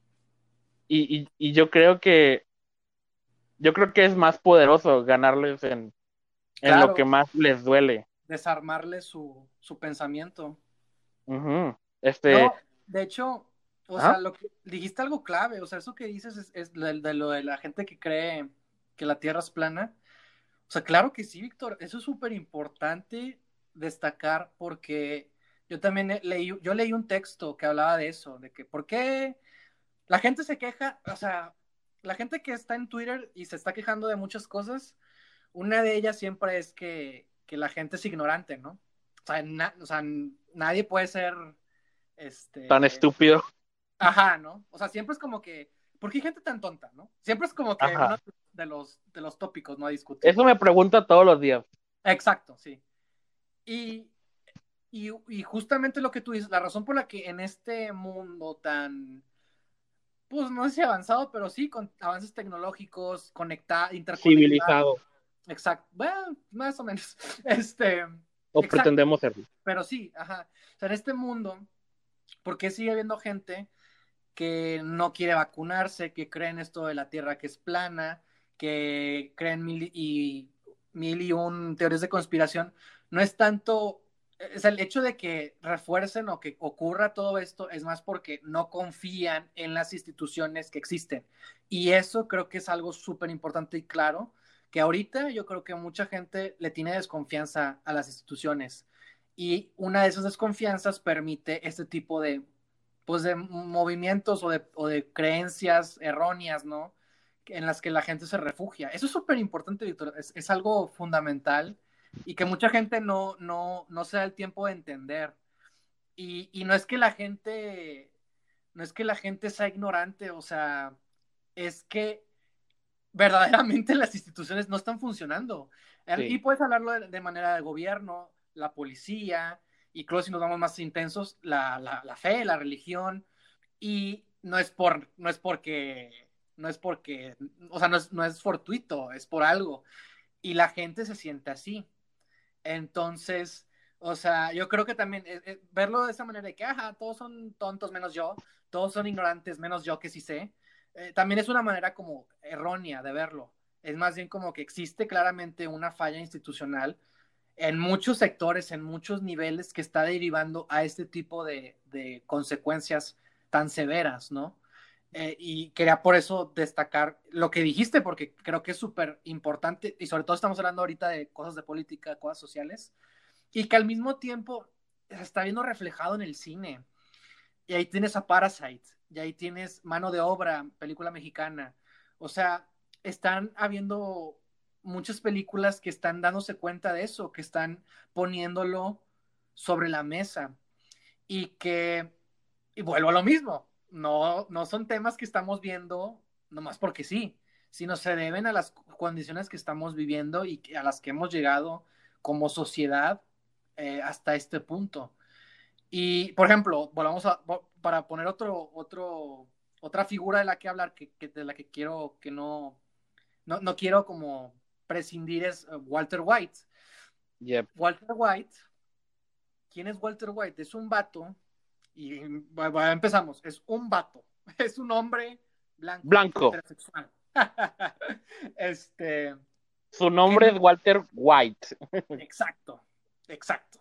[SPEAKER 1] Y, y, y yo creo que yo creo que es más poderoso ganarles en, en lo que
[SPEAKER 2] Claro,
[SPEAKER 1] más les duele.
[SPEAKER 2] desarmarle su, su pensamiento.
[SPEAKER 1] Ujú. Este,
[SPEAKER 2] No, de hecho, o
[SPEAKER 1] Ajá.
[SPEAKER 2] sea, lo que dijiste algo clave, o sea, eso que dices es, es de, de lo de la gente que cree que la Tierra es plana. O sea, claro que sí, Víctor, eso es súper importante destacar porque yo también leí, yo leí un texto que hablaba de eso, de que por qué la gente se queja, o sea, la gente que está en Twitter y se está quejando de muchas cosas, una de ellas siempre es que, que la gente es ignorante, ¿no? O sea, na, o sea, nadie puede ser,
[SPEAKER 1] Tan
[SPEAKER 2] este,
[SPEAKER 1] estúpido.
[SPEAKER 2] ajá, ¿no? O sea, siempre es como que, ¿por qué hay gente tan tonta, no? Siempre es como que uno
[SPEAKER 1] Ajá.
[SPEAKER 2] de los, de los tópicos, ¿no? A discutir.
[SPEAKER 1] Eso me pregunta todos los días.
[SPEAKER 2] Exacto, sí. Y, y, y justamente lo que tú dices, la razón por la que en este mundo tan, pues no sé si avanzado, pero sí con avances tecnológicos, conectados, interconectados,
[SPEAKER 1] Civilizado.
[SPEAKER 2] exacto, bueno, más o menos, este,
[SPEAKER 1] O
[SPEAKER 2] exacto,
[SPEAKER 1] pretendemos serlo.
[SPEAKER 2] pero sí, ajá, o sea, en este mundo, ¿por qué sigue habiendo gente que no quiere vacunarse, que creen esto de la Tierra que es plana, que creen mil y, mil y un teorías de conspiración? No es tanto, es el hecho de que refuercen o que ocurra todo esto, es más porque no confían en las instituciones que existen. Y eso creo que es algo súper importante y claro, que ahorita yo creo que mucha gente le tiene desconfianza a las instituciones. Y una de esas desconfianzas permite este tipo de pues de movimientos o de, o de creencias erróneas, ¿no? En las que la gente se refugia. Eso es súper importante, Víctor. Es, es, algo fundamental y que mucha gente no, no, no se da el tiempo de entender. Y, y no es que la gente, no es que la gente sea ignorante, o sea, es que verdaderamente las instituciones no están funcionando. Y
[SPEAKER 1] Sí.
[SPEAKER 2] puedes hablarlo de, de manera de gobierno, la policía, y creo que si nos vamos más intensos, la, la, la fe, la religión, y no es por, no es porque, no es porque, o sea, no es, no es fortuito, es por algo. Y la gente se siente así. Entonces, o sea, yo creo que también eh, eh, verlo de esa manera de que, ajá, todos son tontos menos yo, todos son ignorantes menos yo que sí sé, eh, también es una manera como errónea de verlo. Es más bien como que existe claramente una falla institucional en muchos sectores, en muchos niveles que está derivando a este tipo de, de consecuencias tan severas, ¿no? Eh, y quería por eso destacar lo que dijiste, porque creo que es súper importante, y sobre todo estamos hablando ahorita de cosas de política, cosas sociales, y que al mismo tiempo se está viendo reflejado en el cine. Y ahí tienes a Parasite, y ahí tienes Mano de Obra, película mexicana. O sea, están habiendo muchas películas que están dándose cuenta de eso, que están poniéndolo sobre la mesa y que, y vuelvo a lo mismo, no, no son temas que estamos viendo nomás porque sí, sino se deben a las condiciones que estamos viviendo y a las que hemos llegado como sociedad eh, hasta este punto. Y, por ejemplo, volvamos a, para poner otro, otro, otra figura de la que hablar, que, que de la que quiero, que no, no, no quiero como prescindir es uh, Walter White.
[SPEAKER 1] Yep.
[SPEAKER 2] Walter White, ¿quién es Walter White? Es un vato, y bueno, empezamos, es un vato, es un hombre blanco,
[SPEAKER 1] Blanco.
[SPEAKER 2] heterosexual. este,
[SPEAKER 1] Su
[SPEAKER 2] que
[SPEAKER 1] nombre
[SPEAKER 2] no,
[SPEAKER 1] es Walter White.
[SPEAKER 2] exacto, exacto.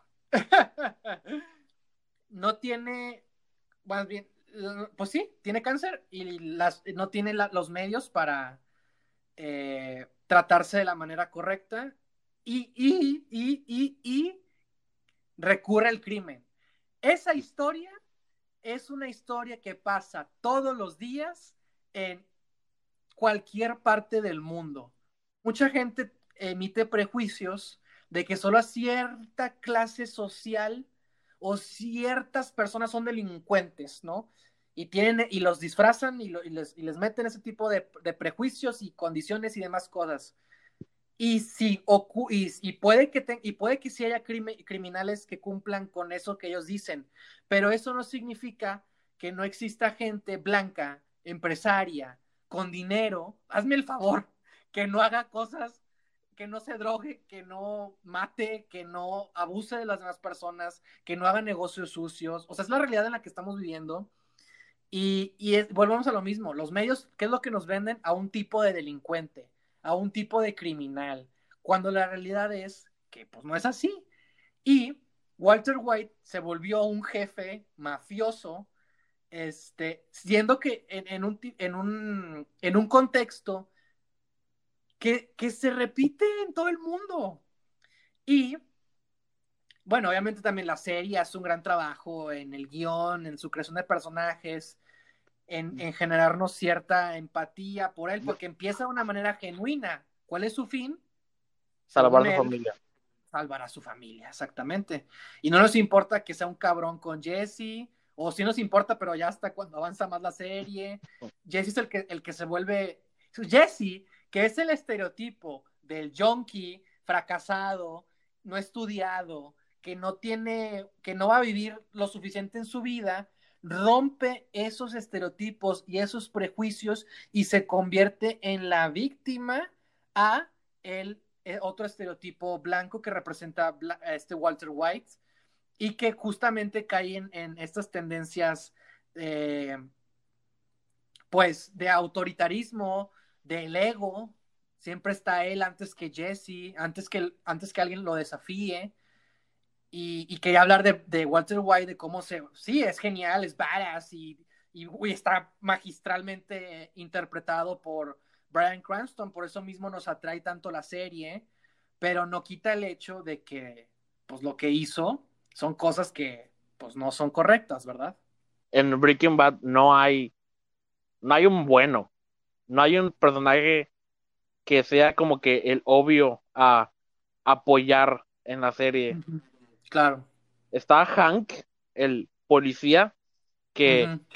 [SPEAKER 2] No tiene, más bien, pues sí, tiene cáncer y las, no tiene la, los medios para eh, tratarse de la manera correcta y, y, y, y, y recurre al crimen. Esa historia es una historia que pasa todos los días en cualquier parte del mundo. Mucha gente emite prejuicios de que solo a cierta clase social o ciertas personas son delincuentes, ¿no? Y, tienen, y los disfrazan y, lo, y, les, y les meten ese tipo de, de, prejuicios y condiciones y demás cosas. Y, si, y, y, puede que te, y puede que sí haya crime, criminales que cumplan con eso que ellos dicen, pero eso no significa que no exista gente blanca, empresaria, con dinero, hazme el favor, que no haga cosas, que no se drogue, que no mate, que no abuse de las demás personas, que no haga negocios sucios. O sea, es la realidad en la que estamos viviendo. Y, y es, volvemos a lo mismo, los medios, ¿qué es lo que nos venden? A un tipo de delincuente, a un tipo de criminal, cuando la realidad es que pues no es así. Y Walter White se volvió un jefe mafioso este, siendo que en, en, un, en, un, en un contexto que, que se repite en todo el mundo. Y bueno, obviamente también la serie hace un gran trabajo en el guión, en su creación de personajes, en, en generarnos cierta empatía por él, porque empieza de una manera genuina. ¿Cuál es su fin?
[SPEAKER 1] Salvar
[SPEAKER 2] Según
[SPEAKER 1] a su
[SPEAKER 2] él,
[SPEAKER 1] familia.
[SPEAKER 2] salvar a su familia, exactamente. Y no nos importa que sea un cabrón con Jesse, o sí nos importa, pero ya hasta cuando avanza más la serie. Jesse es el que, el que se vuelve. Jesse, que es el estereotipo del junkie fracasado, no estudiado, que no tiene, que no va a vivir lo suficiente en su vida, rompe esos estereotipos y esos prejuicios y se convierte en la víctima a el eh, otro estereotipo blanco que representa a este Walter White y que justamente cae en, en estas tendencias eh, pues de autoritarismo, del ego. Siempre está él antes que Jesse, antes que, antes que alguien lo desafíe. Y, y quería hablar de, de, Walter White, de cómo se. Sí, es genial, es badass y, y uy, está magistralmente interpretado por Bryan Cranston, por eso mismo nos atrae tanto la serie, pero no quita el hecho de que, pues lo que hizo son cosas que, pues no son correctas, ¿verdad?
[SPEAKER 1] En Breaking Bad no hay, no hay un bueno, no hay un personaje que sea como que el obvio a apoyar en la serie.
[SPEAKER 2] Uh-huh. Claro.
[SPEAKER 1] Está Hank, el policía, que
[SPEAKER 2] Uh-huh.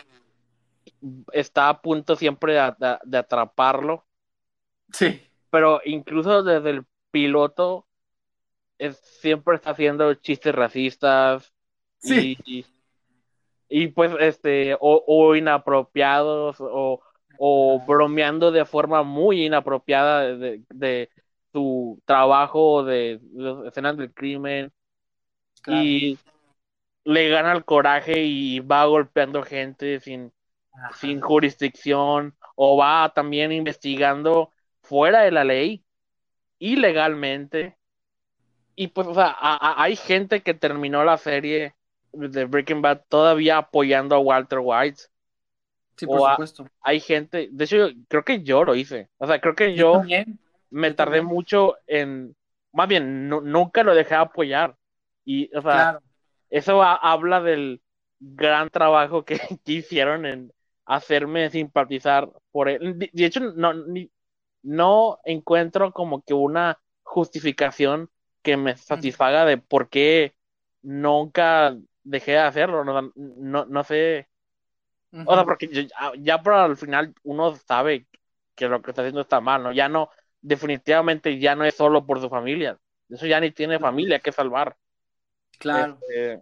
[SPEAKER 1] está a punto siempre de, de, de atraparlo,
[SPEAKER 2] Sí.
[SPEAKER 1] pero incluso desde el piloto es, siempre está haciendo chistes racistas
[SPEAKER 2] Sí.
[SPEAKER 1] y, y, y pues este o, o inapropiados o, o bromeando de forma muy inapropiada de, de su trabajo de, de escenas del crimen
[SPEAKER 2] Claro.
[SPEAKER 1] y le gana el coraje y va golpeando gente sin, sin
[SPEAKER 2] Ajá.
[SPEAKER 1] jurisdicción o va también investigando fuera de la ley, ilegalmente. Y pues, o sea, a, a, hay gente que terminó la serie de Breaking Bad todavía apoyando a Walter White.
[SPEAKER 2] Sí, por
[SPEAKER 1] O a,
[SPEAKER 2] supuesto.
[SPEAKER 1] hay gente, de hecho, creo que yo lo hice. O sea, creo que
[SPEAKER 2] Yo
[SPEAKER 1] yo
[SPEAKER 2] también.
[SPEAKER 1] me
[SPEAKER 2] Yo
[SPEAKER 1] tardé
[SPEAKER 2] también.
[SPEAKER 1] mucho en, más bien, nu- nunca lo dejé apoyar. Y, o sea,
[SPEAKER 2] Claro.
[SPEAKER 1] eso ha- habla del gran trabajo que, que hicieron en hacerme simpatizar por él. De, de hecho, no, ni- no encuentro como que una justificación que me
[SPEAKER 2] Uh-huh.
[SPEAKER 1] satisfaga de por qué nunca dejé de hacerlo. No, no, no sé. O sea,
[SPEAKER 2] Uh-huh.
[SPEAKER 1] porque yo- ya, ya para el final uno sabe que lo que está haciendo está mal, ¿no? Ya no, definitivamente ya no es solo por su familia. Eso ya ni tiene familia que salvar.
[SPEAKER 2] Claro.
[SPEAKER 1] Este,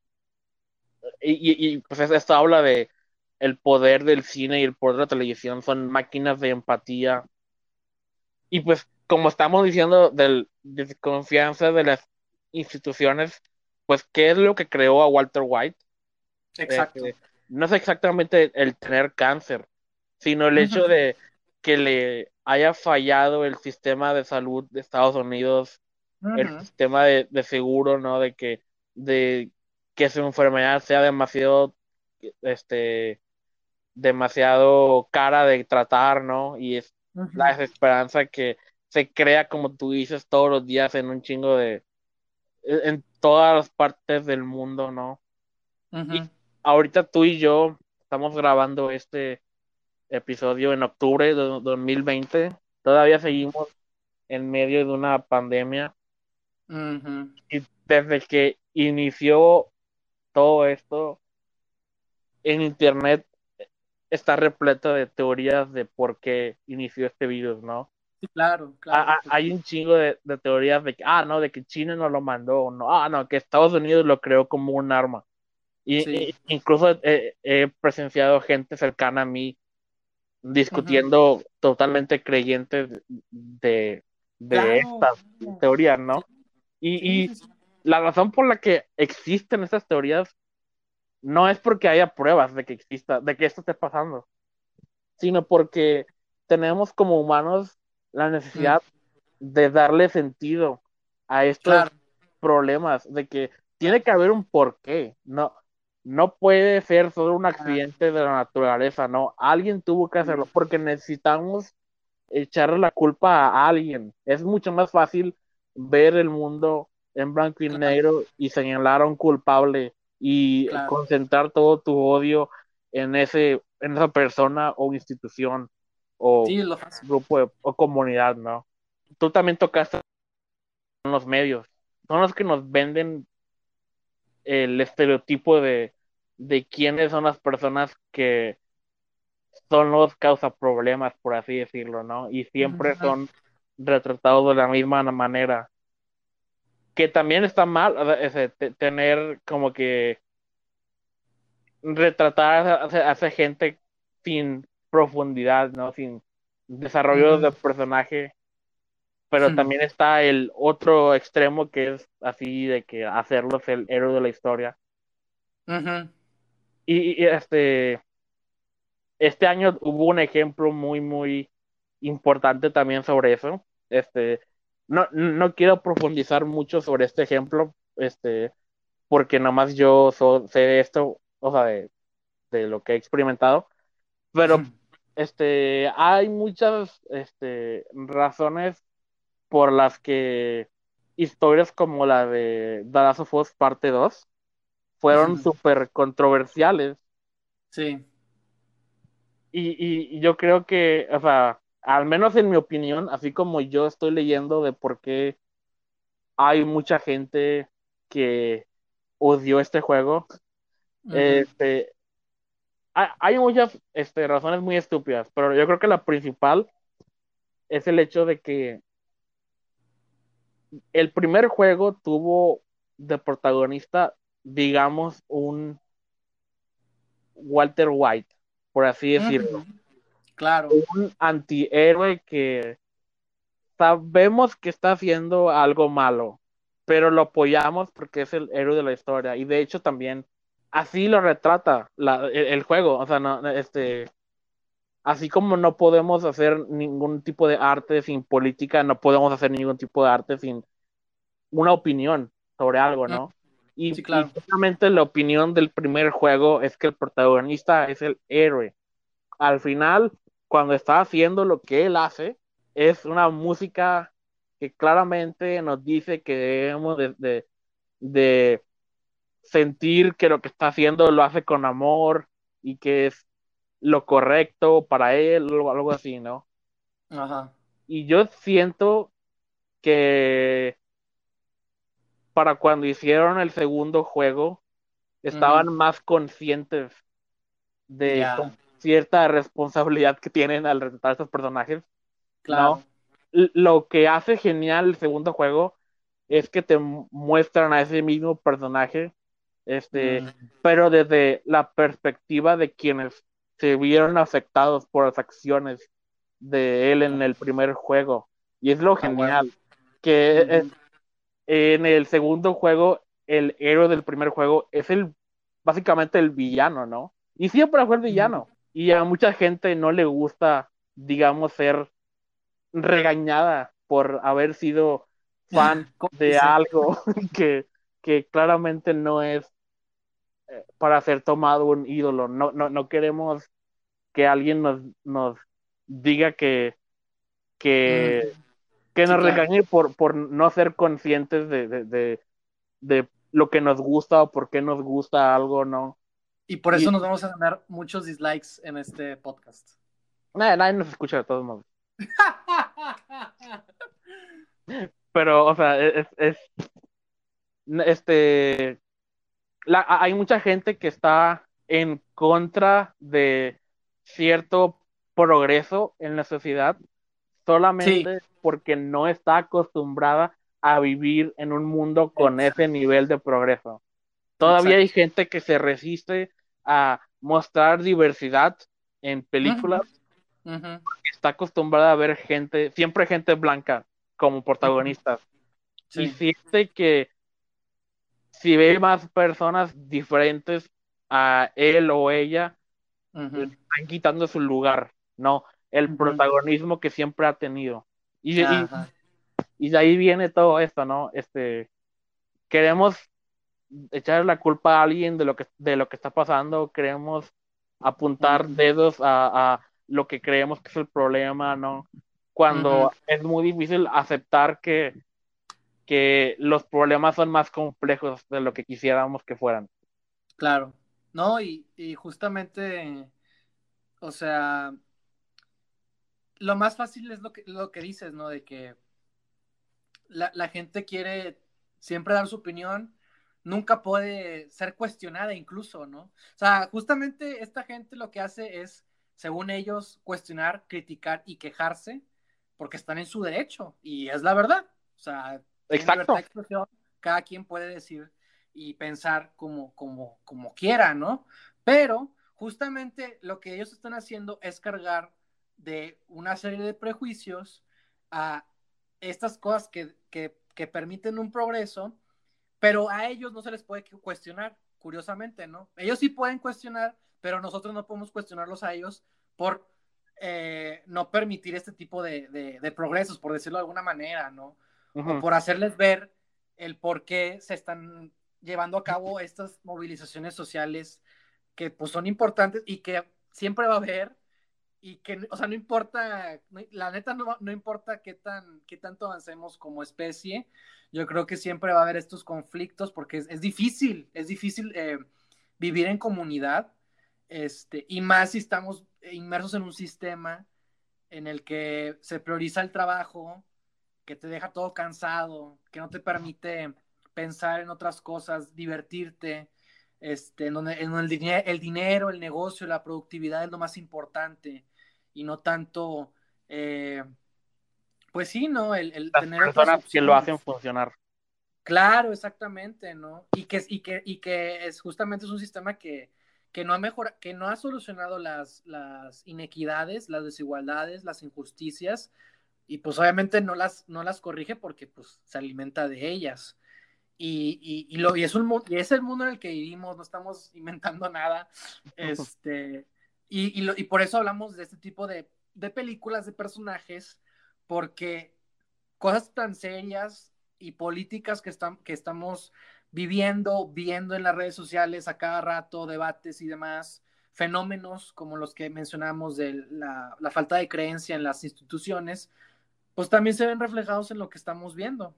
[SPEAKER 1] y, y, y, pues esto habla de el poder del cine y el poder de la televisión, son máquinas de empatía. Y pues, como estamos diciendo, del, de desconfianza de las instituciones, pues, ¿qué es lo que creó a Walter White?
[SPEAKER 2] Exacto.
[SPEAKER 1] Este, no es exactamente el tener cáncer, sino el
[SPEAKER 2] Uh-huh.
[SPEAKER 1] hecho de que le haya fallado el sistema de salud de Estados Unidos, el
[SPEAKER 2] Uh-huh.
[SPEAKER 1] sistema de, de seguro, ¿no? De que, de que su enfermedad sea demasiado, este, demasiado cara de tratar, ¿no? Y es la
[SPEAKER 2] Uh-huh.
[SPEAKER 1] desesperanza que se crea, como tú dices, todos los días en un chingo de, en todas las partes del mundo, ¿no? Y
[SPEAKER 2] Uh-huh.
[SPEAKER 1] ahorita tú y yo estamos grabando este episodio en octubre de dos mil veinte. Todavía seguimos en medio de una pandemia.
[SPEAKER 2] Uh-huh.
[SPEAKER 1] Y desde que inició todo esto, en internet está repleto de teorías de por qué inició este virus, ¿no?
[SPEAKER 2] Sí, claro,
[SPEAKER 1] A-
[SPEAKER 2] claro,
[SPEAKER 1] a-
[SPEAKER 2] por
[SPEAKER 1] hay un
[SPEAKER 2] supuesto.
[SPEAKER 1] chingo de, de teorías de que, ah, no, de que China no lo mandó, no, ah, no, que Estados Unidos lo creó como un arma. Y,
[SPEAKER 2] Sí.
[SPEAKER 1] y- incluso he, he presenciado gente cercana a mí
[SPEAKER 2] Uh-huh.
[SPEAKER 1] discutiendo totalmente creyentes de, de
[SPEAKER 2] Claro,
[SPEAKER 1] estas
[SPEAKER 2] claro.
[SPEAKER 1] teorías,
[SPEAKER 2] Sí,
[SPEAKER 1] ¿no? Y,
[SPEAKER 2] sí,
[SPEAKER 1] y
[SPEAKER 2] sí, sí.
[SPEAKER 1] la razón por la que existen estas teorías no es porque haya pruebas de que exista, de que esto esté pasando, sino porque tenemos como humanos la
[SPEAKER 2] Mm,
[SPEAKER 1] necesidad de darle sentido a estos
[SPEAKER 2] claro.
[SPEAKER 1] problemas, de que tiene que haber un porqué, ¿no? No puede ser solo un
[SPEAKER 2] Ah,
[SPEAKER 1] accidente de la naturaleza, no. Alguien tuvo que hacerlo porque necesitamos echarle la culpa a alguien. Es mucho más fácil ver el mundo en blanco y
[SPEAKER 2] claro,
[SPEAKER 1] negro y señalar a un culpable y
[SPEAKER 2] claro.
[SPEAKER 1] concentrar todo tu odio en ese, en esa persona o institución o
[SPEAKER 2] Sí, es lo fácil.
[SPEAKER 1] grupo de- o comunidad, ¿no? Tú también tocaste en los medios. Son los que nos venden el estereotipo de, de quiénes son las personas que son los causaproblemas, por así decirlo, ¿no? Y siempre
[SPEAKER 2] Ujú,
[SPEAKER 1] son retratados de la misma manera. Que también está mal, o sea, ese, te- tener como que retratar a, esa a esa gente sin profundidad, ¿no? Sin desarrollo de
[SPEAKER 2] ujú,
[SPEAKER 1] personaje. Pero
[SPEAKER 2] ujú,
[SPEAKER 1] también está el otro extremo que es así de que hacerlos el héroe de la historia.
[SPEAKER 2] ujú,
[SPEAKER 1] Y, y, este, este año hubo un ejemplo muy, muy importante también sobre eso. Este, no, no quiero profundizar mucho sobre este ejemplo, este, porque nomás yo so- sé de esto, o sea, de, de lo que he experimentado,
[SPEAKER 2] ujú,
[SPEAKER 1] pero este, hay muchas este, razones por las que historias como la de The Last of Us parte dos fueron
[SPEAKER 2] ujú.
[SPEAKER 1] súper controversiales.
[SPEAKER 2] Sí.
[SPEAKER 1] Y, y, y yo creo que, o sea, al menos en mi opinión, así como yo estoy leyendo de por qué hay mucha gente que odió este juego,
[SPEAKER 2] Ujú,
[SPEAKER 1] este, hay, hay muchas este, razones muy estúpidas, pero yo creo que la principal es el hecho de que el primer juego tuvo de protagonista, digamos, un Walter White, por así decirlo,
[SPEAKER 2] ujú. Claro.
[SPEAKER 1] un antihéroe que sabemos que está haciendo algo malo, pero lo apoyamos porque es el héroe de la historia. Y de hecho también así lo retrata la- el, el juego. O sea, no, este, así como no podemos hacer ningún tipo de arte sin política, no podemos hacer ningún tipo de arte sin una opinión sobre algo,
[SPEAKER 2] Mm,
[SPEAKER 1] ¿no? Y,
[SPEAKER 2] sí,
[SPEAKER 1] y
[SPEAKER 2] claro.
[SPEAKER 1] justamente la opinión del primer juego es que el protagonista es el héroe. Al final, cuando está haciendo lo que él hace, es una música que claramente nos dice que debemos de, de, de sentir que lo que está haciendo lo hace con amor y que es lo correcto para él o algo así, ¿no?
[SPEAKER 2] Ajá.
[SPEAKER 1] Y yo siento que para cuando hicieron el segundo juego,
[SPEAKER 2] Ujú.
[SPEAKER 1] estaban más conscientes de
[SPEAKER 2] Ya,
[SPEAKER 1] con cierta responsabilidad que tienen al retratar a estos personajes, ¿no?
[SPEAKER 2] claro.
[SPEAKER 1] Lo que hace genial el segundo juego es que te muestran a ese mismo personaje, este,
[SPEAKER 2] Mm,
[SPEAKER 1] pero desde la perspectiva de quienes se vieron afectados por las acciones de él en el primer juego. Y es lo
[SPEAKER 2] a huevo.
[SPEAKER 1] genial, que es-
[SPEAKER 2] Ujú,
[SPEAKER 1] en el segundo juego, el héroe del primer juego es el, básicamente el villano, ¿no? Y siempre fue el
[SPEAKER 2] ujú.
[SPEAKER 1] villano. Y a mucha gente no le gusta, digamos, ser regañada por haber sido fan de
[SPEAKER 2] Cómplice.
[SPEAKER 1] algo que, que claramente no es para ser tomado un ídolo. No, no, no queremos que alguien nos, nos diga que, que,
[SPEAKER 2] Ujú.
[SPEAKER 1] que
[SPEAKER 2] Sí,
[SPEAKER 1] nos
[SPEAKER 2] claro.
[SPEAKER 1] regañe por, por no ser conscientes de, de, de, de lo que nos gusta o por qué nos gusta algo, ¿no?
[SPEAKER 2] Y por
[SPEAKER 1] Y
[SPEAKER 2] eso nos vamos a ganar muchos dislikes en este podcast.
[SPEAKER 1] nadie, nadie nos escucha de todos modos. Pero, o sea, es, es este, la, hay mucha gente que está en contra de cierto progreso en la sociedad
[SPEAKER 2] Sí,
[SPEAKER 1] solamente porque no está acostumbrada a vivir en un mundo con ese
[SPEAKER 2] exacto,
[SPEAKER 1] nivel de progreso. Todavía hay
[SPEAKER 2] exacto.
[SPEAKER 1] gente que se resiste a mostrar diversidad en películas,
[SPEAKER 2] Ujú, ujú,
[SPEAKER 1] que está acostumbrada a ver gente, siempre gente blanca como
[SPEAKER 2] ujú.
[SPEAKER 1] protagonistas, y
[SPEAKER 2] Sí.
[SPEAKER 1] siente que si ve más personas diferentes a él o ella, le
[SPEAKER 2] Ujú,
[SPEAKER 1] están quitando su lugar, no, el
[SPEAKER 2] ujú.
[SPEAKER 1] protagonismo que siempre ha tenido. Y, y,
[SPEAKER 2] Ajá.
[SPEAKER 1] y de ahí viene todo esto, ¿no? Este, queremos, echarle la culpa a alguien de lo que, de lo que está pasando, queremos apuntar
[SPEAKER 2] Ujú,
[SPEAKER 1] dedos a, a lo que creemos que es el problema, ¿no?
[SPEAKER 2] ujú,
[SPEAKER 1] Cuando es muy difícil aceptar que, que los problemas son más complejos de lo que quisiéramos que fueran.
[SPEAKER 2] claro. No, y, y justamente, o sea, lo más fácil es lo que, lo que dices, ¿no? De que la, la gente quiere siempre dar su opinión, nunca puede ser cuestionada incluso, ¿no? O sea, justamente esta gente lo que hace es, según ellos, cuestionar, criticar y quejarse porque están en su derecho y es la verdad. O sea, tienen libertad de
[SPEAKER 1] Exacto.
[SPEAKER 2] expresión, cada quien puede decir y pensar como, como, como quiera, ¿no? Pero justamente lo que ellos están haciendo es cargar de una serie de prejuicios a estas cosas que, que, que permiten un progreso, pero a ellos no se les puede cuestionar, curiosamente, ¿no? Ellos sí pueden cuestionar, pero nosotros no podemos cuestionarlos a ellos por eh, no permitir este tipo de, de, de, progresos, por decirlo de alguna manera, ¿no? O
[SPEAKER 1] Ujú.
[SPEAKER 2] por hacerles ver el por qué se están llevando a cabo estas movilizaciones sociales que pues son importantes y que siempre va a haber y que, o sea, no importa, no, la neta no, no importa qué, tan, qué tanto avancemos como especie, yo creo que siempre va a haber estos conflictos porque es, es difícil, es difícil eh, vivir en comunidad, este, y más si estamos inmersos en un sistema en el que se prioriza el trabajo, que te deja todo cansado, que no te permite pensar en otras cosas, divertirte, este, en donde, en donde el, el, dinero, el negocio, la productividad es lo más importante y no tanto, eh, pues sí, ¿no? El, el,
[SPEAKER 1] Las
[SPEAKER 2] tener otras
[SPEAKER 1] personas que lo hacen
[SPEAKER 2] opciones.
[SPEAKER 1] funcionar.
[SPEAKER 2] Claro, exactamente, ¿no? Y que, y que, y que es justamente es un sistema que, que no ha mejorado, que no ha solucionado las, las inequidades, las desigualdades, las injusticias, y pues obviamente no las, no las corrige porque pues se alimenta de ellas. Y, y, y, lo, y, es un, y es el mundo en el que vivimos, no estamos inventando nada. Este, y, y, lo, y por eso hablamos de este tipo de, de películas, de personajes, porque cosas tan serias y políticas que, están, que estamos viviendo, viendo en las redes sociales a cada rato, debates y demás, fenómenos como los que mencionamos de la, la falta de creencia en las instituciones, pues también se ven reflejados en lo que estamos viendo.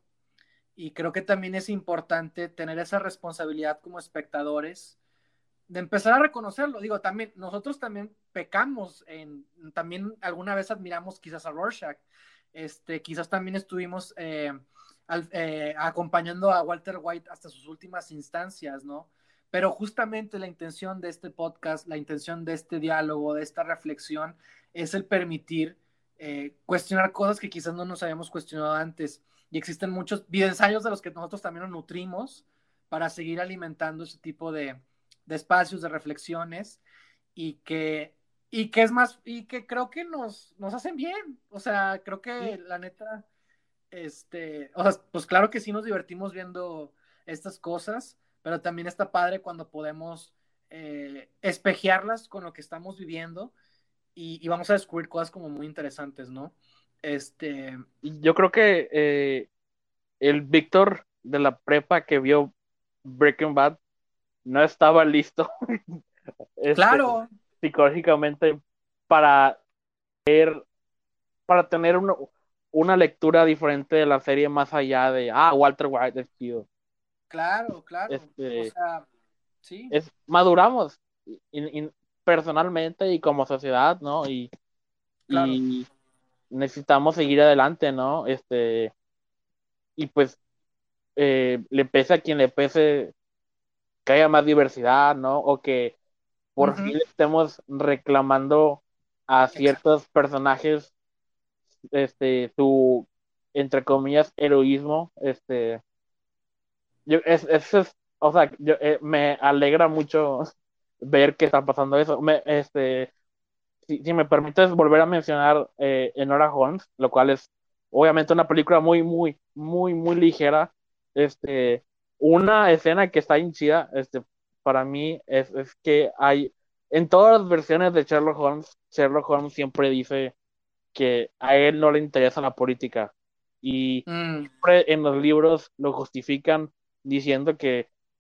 [SPEAKER 2] Y creo que también es importante tener esa responsabilidad como espectadores de empezar a reconocerlo. Digo, también nosotros también pecamos en, también alguna vez admiramos quizás a Rorschach, este, quizás también estuvimos eh, al, eh, acompañando a Walter White hasta sus últimas instancias, ¿no? Pero justamente la intención de este podcast, la intención de este diálogo, de esta reflexión, es el permitir eh, cuestionar cosas que quizás no nos habíamos cuestionado antes. Y existen muchos videoensayos de los que nosotros también nos nutrimos para seguir alimentando ese tipo de, de espacios, de reflexiones, y que, y que es más, y que creo que nos, nos hacen bien. O sea, creo que
[SPEAKER 1] Sí.
[SPEAKER 2] la neta, este, o sea, pues claro que sí nos divertimos viendo estas cosas, pero también está padre cuando podemos eh, espejearlas con lo que estamos viviendo y, y, vamos a descubrir cosas como muy interesantes, ¿no? Este.
[SPEAKER 1] Y yo creo que eh, el Víctor de la prepa que vio Breaking Bad no estaba listo este,
[SPEAKER 2] Claro,
[SPEAKER 1] psicológicamente para, para tener una, una lectura diferente de la serie más allá de, ah, Walter White es chido.
[SPEAKER 2] claro, claro. O
[SPEAKER 1] Este,
[SPEAKER 2] sea, sí,
[SPEAKER 1] es, maduramos y, y, personalmente y como sociedad, ¿no? Y,
[SPEAKER 2] claro.
[SPEAKER 1] y necesitamos seguir adelante, ¿no? Este, y pues eh, le pese a quien le pese que haya más diversidad, ¿no? O que
[SPEAKER 2] Uh
[SPEAKER 1] por fin
[SPEAKER 2] -huh.
[SPEAKER 1] le estemos reclamando a
[SPEAKER 2] Exacto.
[SPEAKER 1] ciertos personajes este su entre comillas heroísmo, este yo es, eso es, o sea, yo, eh, me alegra mucho ver que está pasando eso. Me, este, si, si me permites volver a mencionar eh, Enola Holmes, lo cual es obviamente una película muy, muy, muy, muy ligera. Este, una escena que está hinchida, este, para mí es, es que hay, en todas las versiones de Sherlock Holmes, Sherlock Holmes siempre dice que a él no le interesa la política y
[SPEAKER 2] Mm,
[SPEAKER 1] siempre en los libros lo justifican diciendo que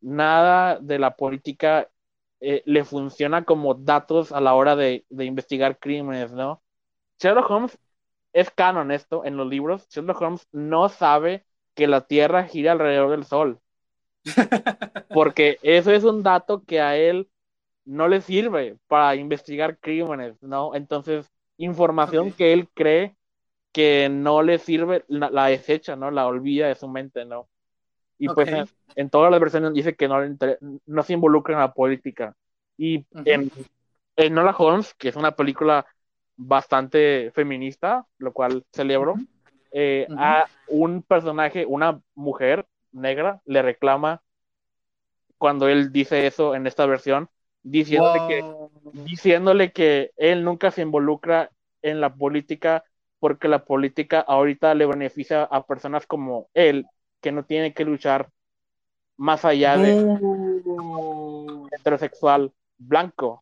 [SPEAKER 1] nada de la política eh, le funciona como datos a la hora de, de investigar crímenes, ¿no? Sherlock Holmes es canon esto en los libros. Sherlock Holmes no sabe que la Tierra gira alrededor del Sol, porque eso es un dato que a él no le sirve para investigar crímenes, ¿no? Entonces, información
[SPEAKER 2] Ok,
[SPEAKER 1] que él cree que no le sirve, la, la desecha, ¿no? La olvida de su mente, ¿no? Y pues en,
[SPEAKER 2] ok.
[SPEAKER 1] en todas las versiones dice que no, le inter- no se involucra en la política. Y
[SPEAKER 2] Ujú,
[SPEAKER 1] en, en Enola Holmes, que es una película bastante feminista, lo cual celebro,
[SPEAKER 2] ujú,
[SPEAKER 1] eh,
[SPEAKER 2] ujú.
[SPEAKER 1] a un personaje, una mujer negra, le reclama cuando él dice eso en esta versión, diciéndole que,
[SPEAKER 2] Wow.
[SPEAKER 1] diciéndole que él nunca se involucra en la política porque la política ahorita le beneficia a personas como él, que no tiene que luchar más allá de
[SPEAKER 2] Boo.
[SPEAKER 1] heterosexual blanco.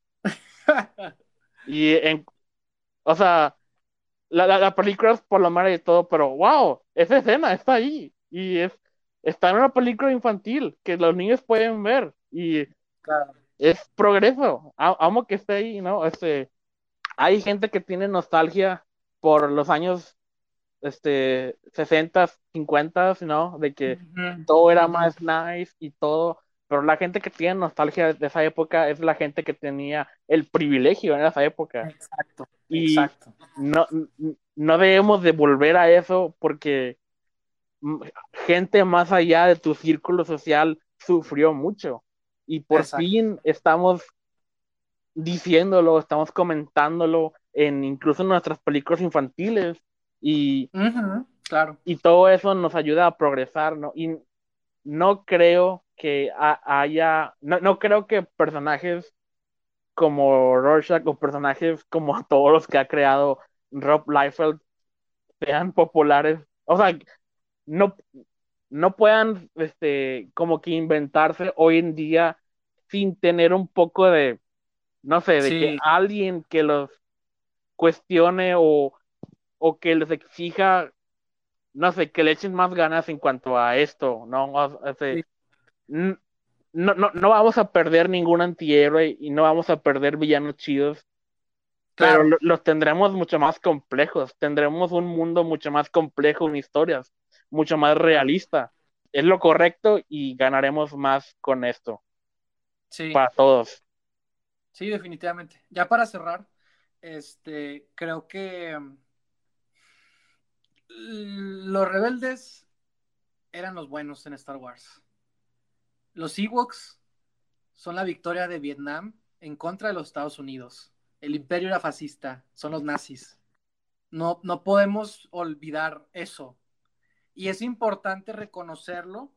[SPEAKER 1] Y en, o sea, la, la, la película es por lo malo y todo, pero wow, esa escena está ahí. Y es, está en una película infantil que los niños pueden ver. Y
[SPEAKER 2] Claro.
[SPEAKER 1] es progreso. A- Amo que esté ahí, ¿no? Este, hay gente que tiene nostalgia por los años este, sesenta, cincuenta, ¿no? De que
[SPEAKER 2] Ujú,
[SPEAKER 1] todo era
[SPEAKER 2] ujú.
[SPEAKER 1] más nice y todo, pero la gente que tiene nostalgia de esa época es la gente que tenía el privilegio en esa época.
[SPEAKER 2] Exacto,
[SPEAKER 1] Y
[SPEAKER 2] exacto.
[SPEAKER 1] no, no debemos de volver a eso porque mm, gente más allá de tu círculo social sufrió mucho. Y por
[SPEAKER 2] Exacto.
[SPEAKER 1] fin estamos diciéndolo, estamos comentándolo en incluso en nuestras películas infantiles y,
[SPEAKER 2] Ujú, claro.
[SPEAKER 1] y todo eso nos ayuda a progresar, ¿no? Y no creo que ha- haya, no, no creo que personajes como Rorschach o personajes como todos los que ha creado Rob Liefeld sean populares, o sea, no, no puedan, este, como que inventarse hoy en día sin tener un poco de, no sé, de que
[SPEAKER 2] Sí,
[SPEAKER 1] alguien que los cuestione o, o que les exija, no sé, que le echen más ganas en cuanto a esto, ¿no? O sea,
[SPEAKER 2] sí,
[SPEAKER 1] no, no, no vamos a perder ningún antihéroe y no vamos a perder villanos chidos, pero
[SPEAKER 2] claro.
[SPEAKER 1] lo- los tendremos mucho más complejos, tendremos un mundo mucho más complejo en historias, mucho más
[SPEAKER 2] Claro.
[SPEAKER 1] realista. Es lo correcto y ganaremos más con esto,
[SPEAKER 2] Sí,
[SPEAKER 1] para todos.
[SPEAKER 2] sí, definitivamente. Ya para cerrar, este, creo que mm, los rebeldes eran los buenos en Star Wars. Los Ewoks son la victoria de Vietnam en contra de los Estados Unidos. El imperio era fascista, son los nazis. No, no podemos olvidar eso. Y es importante reconocerlo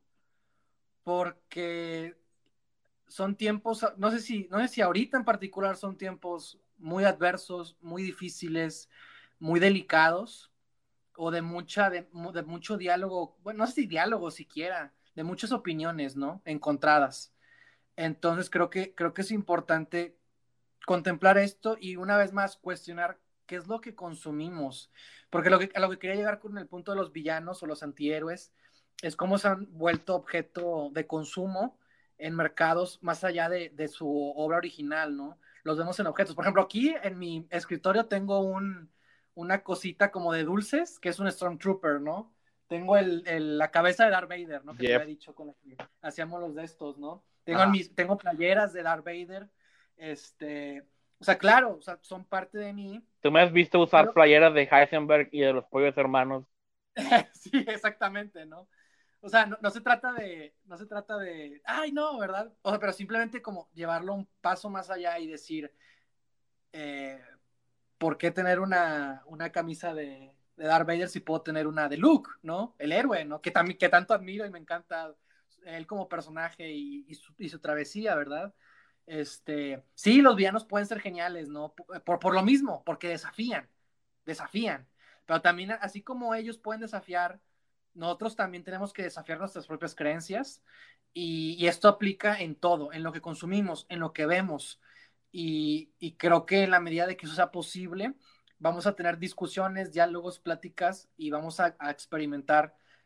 [SPEAKER 2] porque son tiempos, no sé si, no sé si ahorita en particular son tiempos muy adversos, muy difíciles, muy delicados, o de mucha, de, de mucho diálogo, bueno, no sé si diálogo siquiera, de muchas opiniones, ¿no? Encontradas. Entonces creo que, creo que es importante contemplar esto y una vez más cuestionar qué es lo que consumimos. Porque lo que, a lo que quería llegar con el punto de los villanos o los antihéroes es cómo se han vuelto objeto de consumo en mercados más allá de, de su obra original, ¿no? Los vemos en objetos. Por ejemplo, aquí en mi escritorio tengo un, una cosita como de dulces, que es un Stormtrooper, ¿no? Tengo el, el, la cabeza de Darth Vader, ¿no? Que te
[SPEAKER 1] Jeff.
[SPEAKER 2] había dicho con la que hacíamos los de estos, ¿no? Tengo,
[SPEAKER 1] Ajá.
[SPEAKER 2] mis, tengo playeras de Darth Vader, este, o sea, claro, o sea, son parte de mí,
[SPEAKER 1] Tú me has visto usar
[SPEAKER 2] pero
[SPEAKER 1] playeras de Heisenberg y de los pollos hermanos.
[SPEAKER 2] sí, exactamente, ¿no? O sea, no, no, se trata de, no se trata de, ay, no, ¿verdad? O sea, pero simplemente como llevarlo un paso más allá y decir, eh, ¿por qué tener una, una camisa de, de Darth Vader si puedo tener una de Luke, ¿no? El héroe, ¿no? Que, también, que tanto admiro y me encanta él como personaje y, y, su, y su travesía, ¿verdad? Este, sí, los villanos pueden ser geniales, ¿no? Por, por lo mismo, porque desafían, desafían. Pero también, así como ellos pueden desafiar, nosotros también tenemos que desafiar nuestras propias creencias. Y, y esto aplica en todo, en lo que consumimos, en lo que vemos. Y, y creo que en la medida de que eso sea posible, vamos a tener discusiones, diálogos, pláticas y vamos a, a experimentar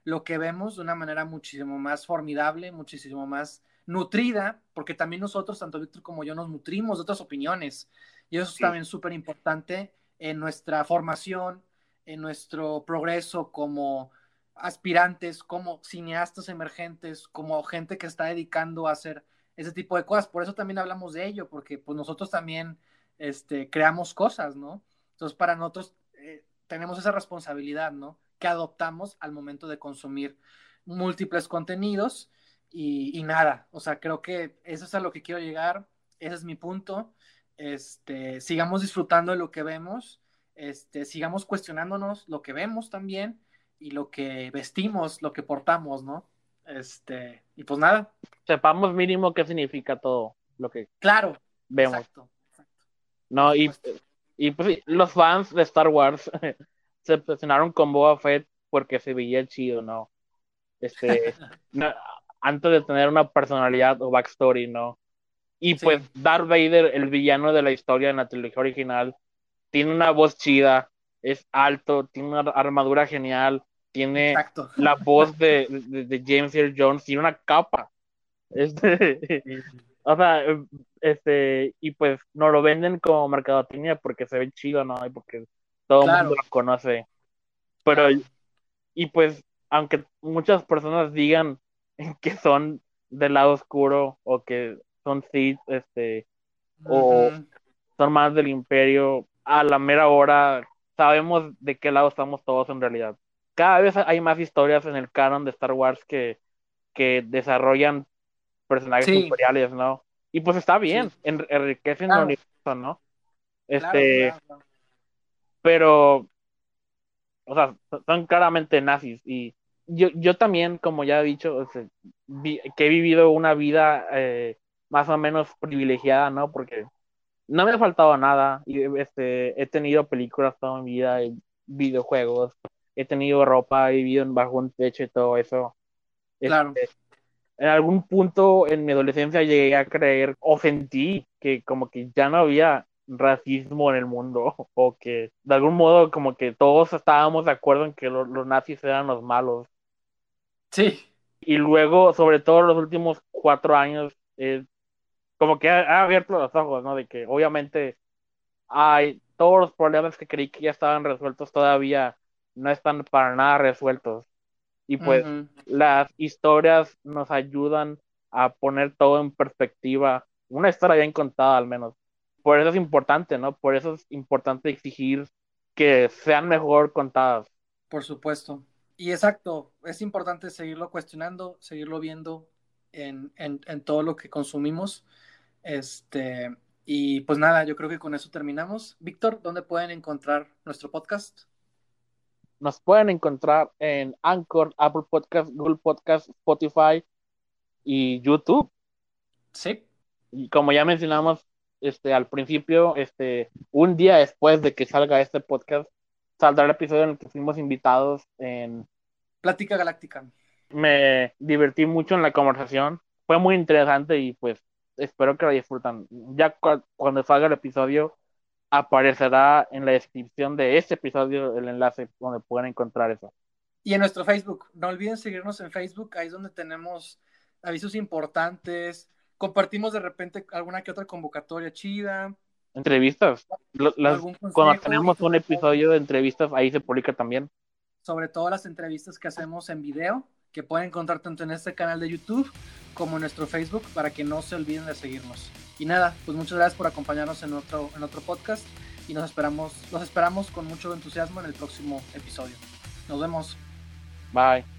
[SPEAKER 2] lo que vemos de una manera muchísimo más formidable, muchísimo más nutrida, porque también nosotros, tanto Víctor como yo, nos nutrimos de otras opiniones, y eso es
[SPEAKER 1] Sí.
[SPEAKER 2] también súper importante en nuestra formación, en nuestro progreso como aspirantes, como cineastas emergentes, como gente que está dedicando a hacer ese tipo de cosas. Por eso también hablamos de ello, porque pues nosotros también este, creamos cosas, ¿no? Entonces para nosotros eh, tenemos esa responsabilidad, ¿no? Que adoptamos al momento de consumir múltiples contenidos y, y nada, o sea, creo que eso es a lo que quiero llegar, ese es mi punto, este, sigamos disfrutando de lo que vemos, este, sigamos cuestionándonos lo que vemos también y lo que vestimos, lo que portamos, ¿no? Este, y pues nada.
[SPEAKER 1] Sepamos mínimo qué significa todo lo que
[SPEAKER 2] Claro,
[SPEAKER 1] vemos.
[SPEAKER 2] exacto, exacto, por
[SPEAKER 1] No, y,
[SPEAKER 2] supuesto.
[SPEAKER 1] y pues sí, los fans de Star Wars se obsesionaron con Boba Fett porque se veía chido, ¿no? Este, no, antes de tener una personalidad o backstory, ¿no? Y pues
[SPEAKER 2] Sí,
[SPEAKER 1] Darth Vader, el villano de la historia en la trilogía original, tiene una voz chida, es alto, tiene una armadura genial, tiene
[SPEAKER 2] exacto.
[SPEAKER 1] la voz de, de, de James Earl Jones, tiene una capa. Este, o sea, este, y pues nos lo venden como mercadotecnia porque se ve chido, ¿no? Y porque todo el mundo
[SPEAKER 2] Claro,
[SPEAKER 1] lo conoce. Pero,
[SPEAKER 2] claro.
[SPEAKER 1] y pues, aunque muchas personas digan que son del lado oscuro o que son Sith, este, o
[SPEAKER 2] Uh-huh.
[SPEAKER 1] son más del imperio, a la mera hora sabemos de qué lado estamos todos en realidad. Cada vez hay más historias en el canon de Star Wars que, que desarrollan personajes
[SPEAKER 2] Sí,
[SPEAKER 1] imperiales, ¿no? Y pues está
[SPEAKER 2] sí,
[SPEAKER 1] bien, en- enriquecen el
[SPEAKER 2] claro,
[SPEAKER 1] universo, ¿no?
[SPEAKER 2] claro,
[SPEAKER 1] Este,
[SPEAKER 2] claro, claro.
[SPEAKER 1] pero, o sea, son claramente nazis. Y yo, yo también, como ya he dicho, o sea, vi- que he vivido una vida eh, más o menos privilegiada, ¿no? Porque no me ha faltado nada. Y, este, he tenido películas toda mi vida, y videojuegos, he tenido ropa, he vivido bajo un techo y todo eso.
[SPEAKER 2] Claro.
[SPEAKER 1] Este, en algún punto en mi adolescencia llegué a creer o sentí que como que ya no había racismo en el mundo o que de algún modo como que todos estábamos de acuerdo en que lo- los nazis eran los malos.
[SPEAKER 2] Sí,
[SPEAKER 1] Y luego, sobre todo los últimos cuatro años, eh, como que ha, ha abierto los ojos, ¿no? De que obviamente hay todos los problemas que creí que ya estaban resueltos todavía no están para nada resueltos. Y pues
[SPEAKER 2] ujú,
[SPEAKER 1] las historias nos ayudan a poner todo en perspectiva, una historia bien contada al menos. Por eso es importante, ¿no? Por eso es importante exigir que sean mejor contadas.
[SPEAKER 2] por supuesto. Y exacto, es importante seguirlo cuestionando, seguirlo viendo en, en, en todo lo que consumimos. Este, y pues nada, yo creo que con eso terminamos. Víctor, ¿dónde pueden encontrar nuestro podcast?
[SPEAKER 1] Nos pueden encontrar en Anchor, Apple Podcast, Google Podcast, Spotify y YouTube.
[SPEAKER 2] Sí,
[SPEAKER 1] Y como ya mencionamos este, al principio, este, un día después de que salga este podcast, saldrá el episodio en el que fuimos invitados en
[SPEAKER 2] Plática Galáctica.
[SPEAKER 1] me divertí mucho en la conversación. Fue muy interesante y pues espero que la disfrutan. Ya cu- cuando salga el episodio, aparecerá en la descripción de este episodio el enlace donde pueden encontrar eso.
[SPEAKER 2] Y en nuestro Facebook, no olviden seguirnos en Facebook, ahí es donde tenemos avisos importantes, compartimos de repente alguna que otra convocatoria chida,
[SPEAKER 1] Entrevistas. Lo-
[SPEAKER 2] o
[SPEAKER 1] Las,
[SPEAKER 2] algún
[SPEAKER 1] cuando
[SPEAKER 2] consejo y
[SPEAKER 1] tenemos un
[SPEAKER 2] sobre todo,
[SPEAKER 1] episodio de entrevistas, ahí se publica también.
[SPEAKER 2] sobre todo las entrevistas que hacemos en video, que pueden encontrar tanto en este canal de YouTube como en nuestro Facebook para que no se olviden de seguirnos. Y nada, pues muchas gracias por acompañarnos en otro, en otro podcast y nos esperamos, los esperamos con mucho entusiasmo en el próximo episodio. Nos vemos.
[SPEAKER 1] Bye.